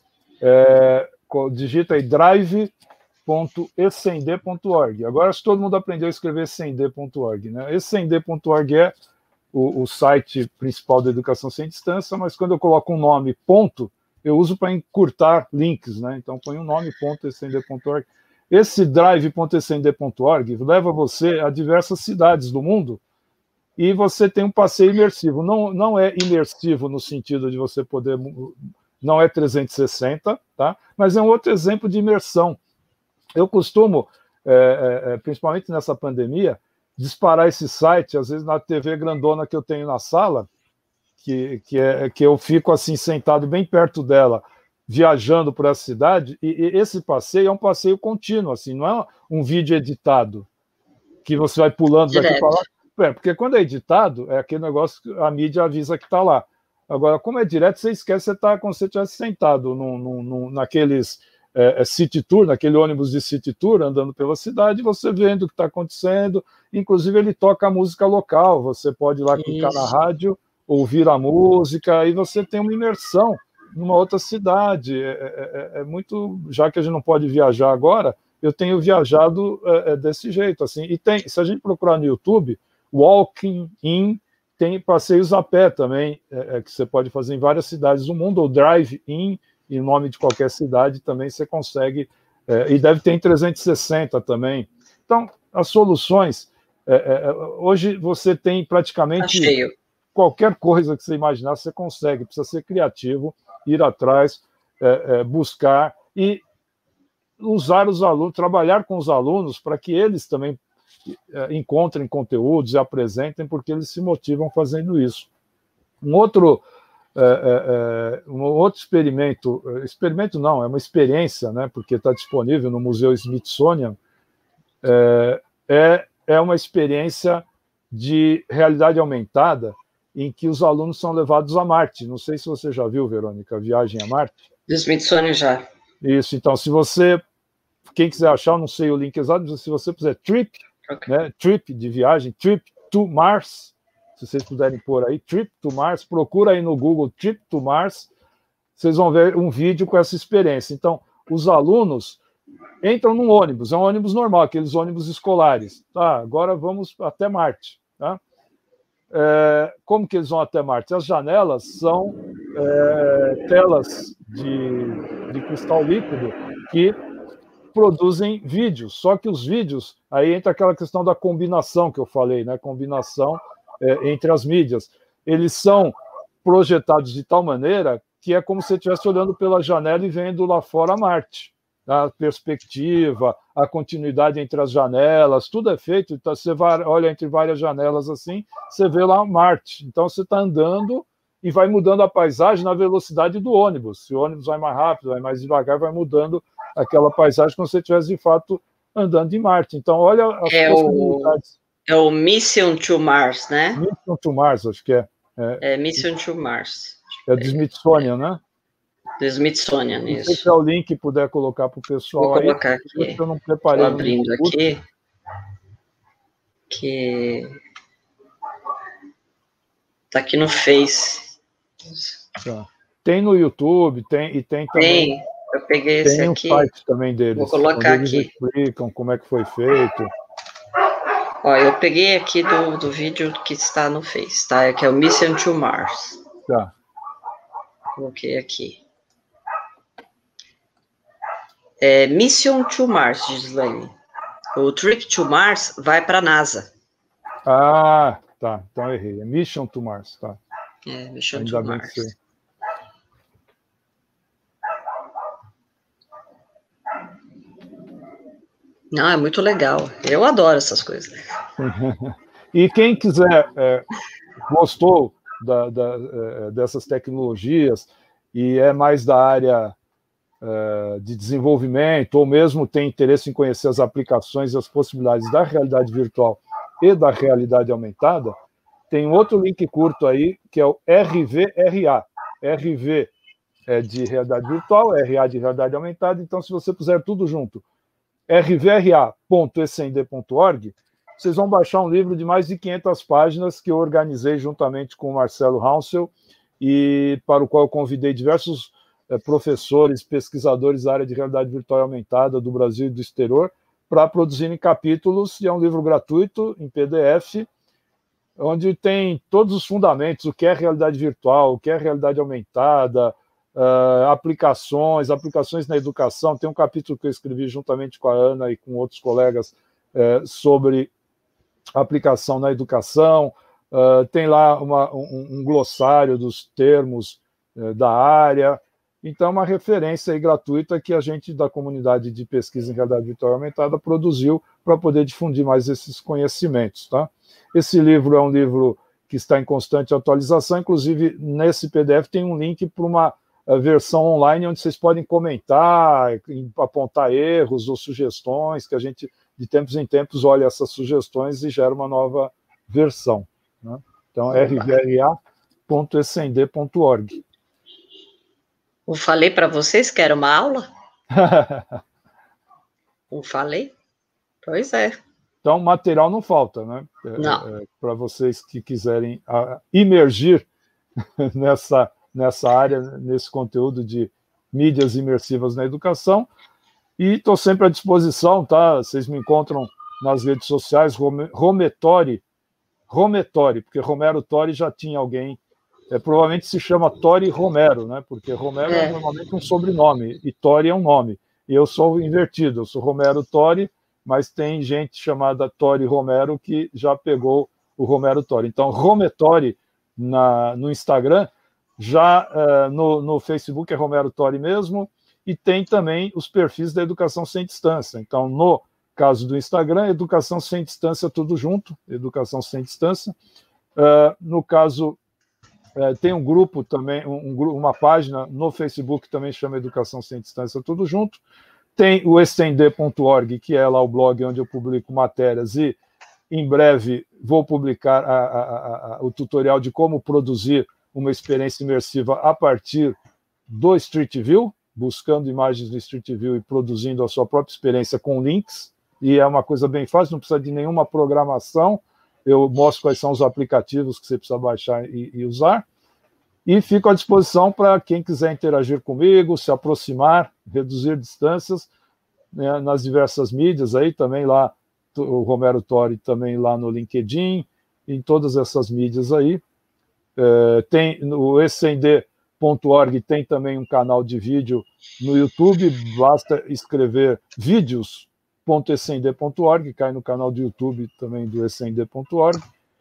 É, digita aí drive ponto e c n d ponto org. Agora acho que todo mundo aprendeu a escrever e c n d ponto org, né? e c n d ponto org é o, o site principal da educação sem distância, mas quando eu coloco um nome ponto, eu uso para encurtar links, né? Então põe um nome ponto e c n d ponto org. Esse drive ponto e c n d ponto org leva você a diversas cidades do mundo e você tem um passeio imersivo. Não, não é imersivo no sentido de você poder... Não é trezentos e sessenta, tá? Mas é um outro exemplo de imersão. Eu costumo, é, é, principalmente nessa pandemia, disparar esse site, às vezes na T V grandona que eu tenho na sala, que, que, é, que eu fico assim sentado bem perto dela, viajando por essa cidade, e, e esse passeio é um passeio contínuo, assim, não é um vídeo editado, que você vai pulando daqui para lá. É, porque quando é editado, é aquele negócio que a mídia avisa que está lá. Agora, como é direto, você esquece, você está como se você estivesse sentado num, num, num, naqueles... É, city tour, naquele ônibus de city tour, andando pela cidade, você vendo o que está acontecendo, inclusive ele toca a música local, você pode ir lá clicar Isso. na rádio, ouvir a música, e você tem uma imersão numa outra cidade, é, é, é muito, já que a gente não pode viajar agora, eu tenho viajado é, desse jeito, assim, e tem, se a gente procurar no YouTube, Walking In, tem passeios a pé também, é, que você pode fazer em várias cidades do mundo, ou Drive-In, em nome de qualquer cidade também você consegue, é, e deve ter em trezentos e sessenta também. Então, as soluções, é, é, hoje você tem praticamente qualquer coisa que você imaginar, você consegue, precisa ser criativo, ir atrás, é, é, buscar e usar os alunos, trabalhar com os alunos para que eles também é, encontrem conteúdos e apresentem, porque eles se motivam fazendo isso. Um outro... É, é, um outro experimento, experimento não, é uma experiência, né, porque está disponível no Museu Smithsonian, é, é, é uma experiência de realidade aumentada em que os alunos são levados a Marte. Não sei se você já viu, Verônica, a Viagem a Marte. Do Smithsonian já. Isso, então, se você, quem quiser achar, não sei o link exato, mas se você puser trip, okay. né, trip de viagem, trip to Mars, se vocês puderem pôr aí, Trip to Mars, procura aí no Google Trip to Mars, vocês vão ver um vídeo com essa experiência. Então, os alunos entram num ônibus, é um ônibus normal, aqueles ônibus escolares. Tá, agora vamos até Marte. Tá? É, como que eles vão até Marte? As janelas são é, telas de, de cristal líquido que produzem vídeos, só que os vídeos, aí entra aquela questão da combinação que eu falei, né? Combinação É, entre as mídias, eles são projetados de tal maneira que é como se você estivesse olhando pela janela e vendo lá fora Marte. A perspectiva, a continuidade entre as janelas, tudo é feito, então você vai, olha entre várias janelas assim, você vê lá Marte. Então você está andando e vai mudando a paisagem na velocidade do ônibus. Se o ônibus vai mais rápido, vai mais devagar, vai mudando aquela paisagem como se você estivesse, de fato, andando em Marte. Então, olha as é possibilidades. O, é o Mission to Mars, né? Mission to Mars, acho que é. É, é Mission to Mars. É do Smithsonian, né? Do Smithsonian, se isso. Se tiver o link puder colocar para o pessoal. Vou colocar aí, aqui. Eu não preparei. Estou abrindo aqui. Que... Tá aqui no Face. Tá. Tem no YouTube, tem, e tem também... Tem, eu peguei esse tem aqui. Tem um site também deles. Vou colocar onde eles aqui. explicam como é que foi feito. Ó, eu peguei aqui do, do vídeo que está no Face, tá? Que é o Mission to Mars. Tá. Coloquei aqui. É, Mission to Mars, Gislaine. O Trip to Mars vai para a NASA. Ah, tá. Então eu errei. É Mission to Mars, tá. É, Mission Ainda to bem Mars. Que você... Não, é muito legal. Eu adoro essas coisas. E quem quiser, é, gostou da, da, é, dessas tecnologias e é mais da área é, de desenvolvimento, ou mesmo tem interesse em conhecer as aplicações e as possibilidades da realidade virtual e da realidade aumentada, tem um outro link curto aí, que é o R V R A. R V é de realidade virtual, R A de realidade aumentada. Então, se você puser tudo junto, r v r a ponto e c n d ponto org, vocês vão baixar um livro de mais de quinhentas páginas que eu organizei juntamente com o Marcelo Haunsel e para o qual eu convidei diversos é, professores, pesquisadores da área de realidade virtual aumentada do Brasil e do exterior para produzirem capítulos, e é um livro gratuito em P D F, onde tem todos os fundamentos, o que é realidade virtual, o que é realidade aumentada, Uh, aplicações, aplicações na educação. Tem um capítulo que eu escrevi juntamente com a Ana e com outros colegas uh, sobre aplicação na educação. Uh, tem lá uma, um, um glossário dos termos uh, da área. Então, uma referência aí gratuita que a gente da comunidade de pesquisa em realidade virtual aumentada produziu para poder difundir mais esses conhecimentos. Tá? Esse livro é um livro que está em constante atualização, inclusive nesse P D F tem um link para uma a versão online, onde vocês podem comentar, apontar erros ou sugestões, que a gente, de tempos em tempos, olha essas sugestões e gera uma nova versão. Né? Então, r v r a ponto e c n d ponto org. Eu falei para vocês que era uma aula? Não falei? Pois é. Então, material não falta, né? Não. É, é, para vocês que quiserem a, imergir nessa... nessa área, nesse conteúdo de mídias imersivas na educação, e estou sempre à disposição, tá? Vocês me encontram nas redes sociais, Rometori, Rometori, porque Romero Tori já tinha alguém, é, provavelmente se chama Tori Romero, né? Porque Romero é. é normalmente um sobrenome, e Tori é um nome, e eu sou invertido, eu sou Romero Tori, mas tem gente chamada Tori Romero que já pegou o Romero Tori. Então, Rometori na, no Instagram, já uh, no, no Facebook é Romero Tori mesmo, e tem também os perfis da Educação Sem Distância. Então, no caso do Instagram, Educação Sem Distância, tudo junto, Educação Sem Distância. Uh, no caso, uh, tem um grupo também, um, um, uma página no Facebook também chama Educação Sem Distância, tudo junto. Tem o estender ponto org, que é lá o blog onde eu publico matérias, e em breve vou publicar a, a, a, a, o tutorial de como produzir uma experiência imersiva a partir do Street View, buscando imagens do Street View e produzindo a sua própria experiência com links, e é uma coisa bem fácil, não precisa de nenhuma programação, eu mostro quais são os aplicativos que você precisa baixar e, e usar, e fico à disposição para quem quiser interagir comigo, se aproximar, reduzir distâncias, né, nas diversas mídias, aí também lá, o Romero Tori também lá no LinkedIn, em todas essas mídias aí. Uh, tem no e c n d ponto org tem também um canal de vídeo no YouTube, basta escrever vídeos ponto e c n d ponto org, cai no canal do YouTube também do e c n d ponto org,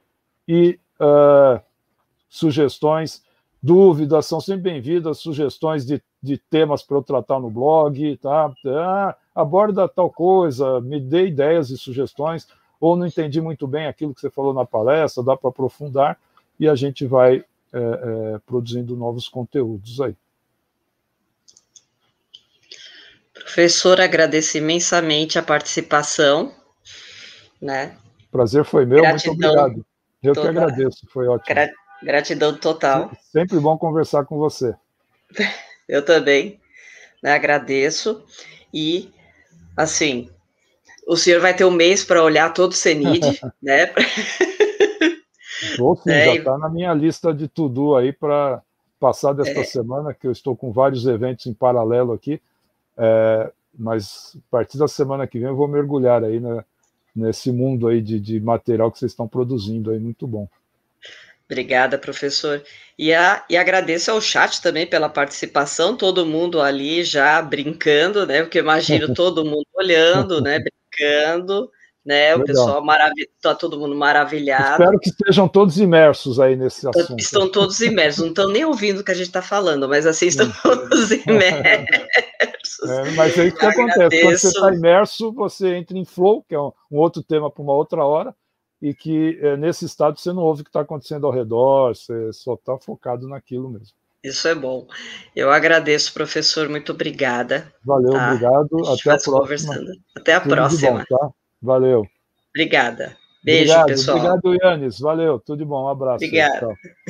e uh, sugestões, dúvidas são sempre bem-vindas, sugestões de, de temas para eu tratar no blog, tá? Ah, aborda tal coisa, me dê ideias e sugestões, ou não entendi muito bem aquilo que você falou na palestra, dá para aprofundar, e a gente vai é, é, produzindo novos conteúdos aí. Professor, agradeço imensamente a participação, né? Prazer foi meu, gratidão muito obrigado. Eu toda... que agradeço, foi ótimo. Gra... Gratidão total. Sempre bom conversar com você. Eu também, né, agradeço. E, assim, o senhor vai ter um mês para olhar todo o CENID, né? Vou sim, é, já está e... na minha lista de to-do aí para passar desta é. semana, que eu estou com vários eventos em paralelo aqui, é, mas a partir da semana que vem eu vou mergulhar aí na, nesse mundo aí de, de material que vocês estão produzindo aí, muito bom. Obrigada, professor. E, a, e agradeço ao chat também pela participação, todo mundo ali já brincando, né? Porque eu imagino todo mundo olhando, né? Brincando, né? Legal. O pessoal maravilhoso, está todo mundo maravilhado. Espero que estejam todos imersos aí nesse assunto. Estão todos imersos, não estão nem ouvindo o que a gente está falando, mas assim, estão todos imersos. É, mas é isso que acontece, agradeço. Quando você está imerso, você entra em flow, que é um, um outro tema para uma outra hora, e que é, nesse estado você não ouve o que está acontecendo ao redor, você só está focado naquilo mesmo. Isso é bom. Eu agradeço, professor, muito obrigada. Valeu, tá? Obrigado. A Até a próxima. Conversando. Até a Tudo próxima. Bom, tá? Valeu. Obrigada. Beijo, obrigado, pessoal. Obrigado, Yannis. Valeu. Tudo de bom. Um abraço. Obrigada.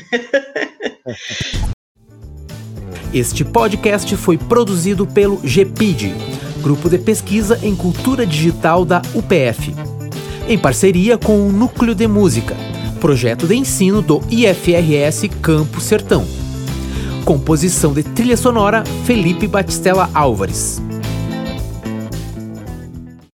Este podcast foi produzido pelo G P I D, Grupo de Pesquisa em Cultura Digital da U P F, em parceria com o Núcleo de Música, projeto de ensino do I F R S Campo Sertão. Composição de trilha sonora Felipe Batistella Álvares.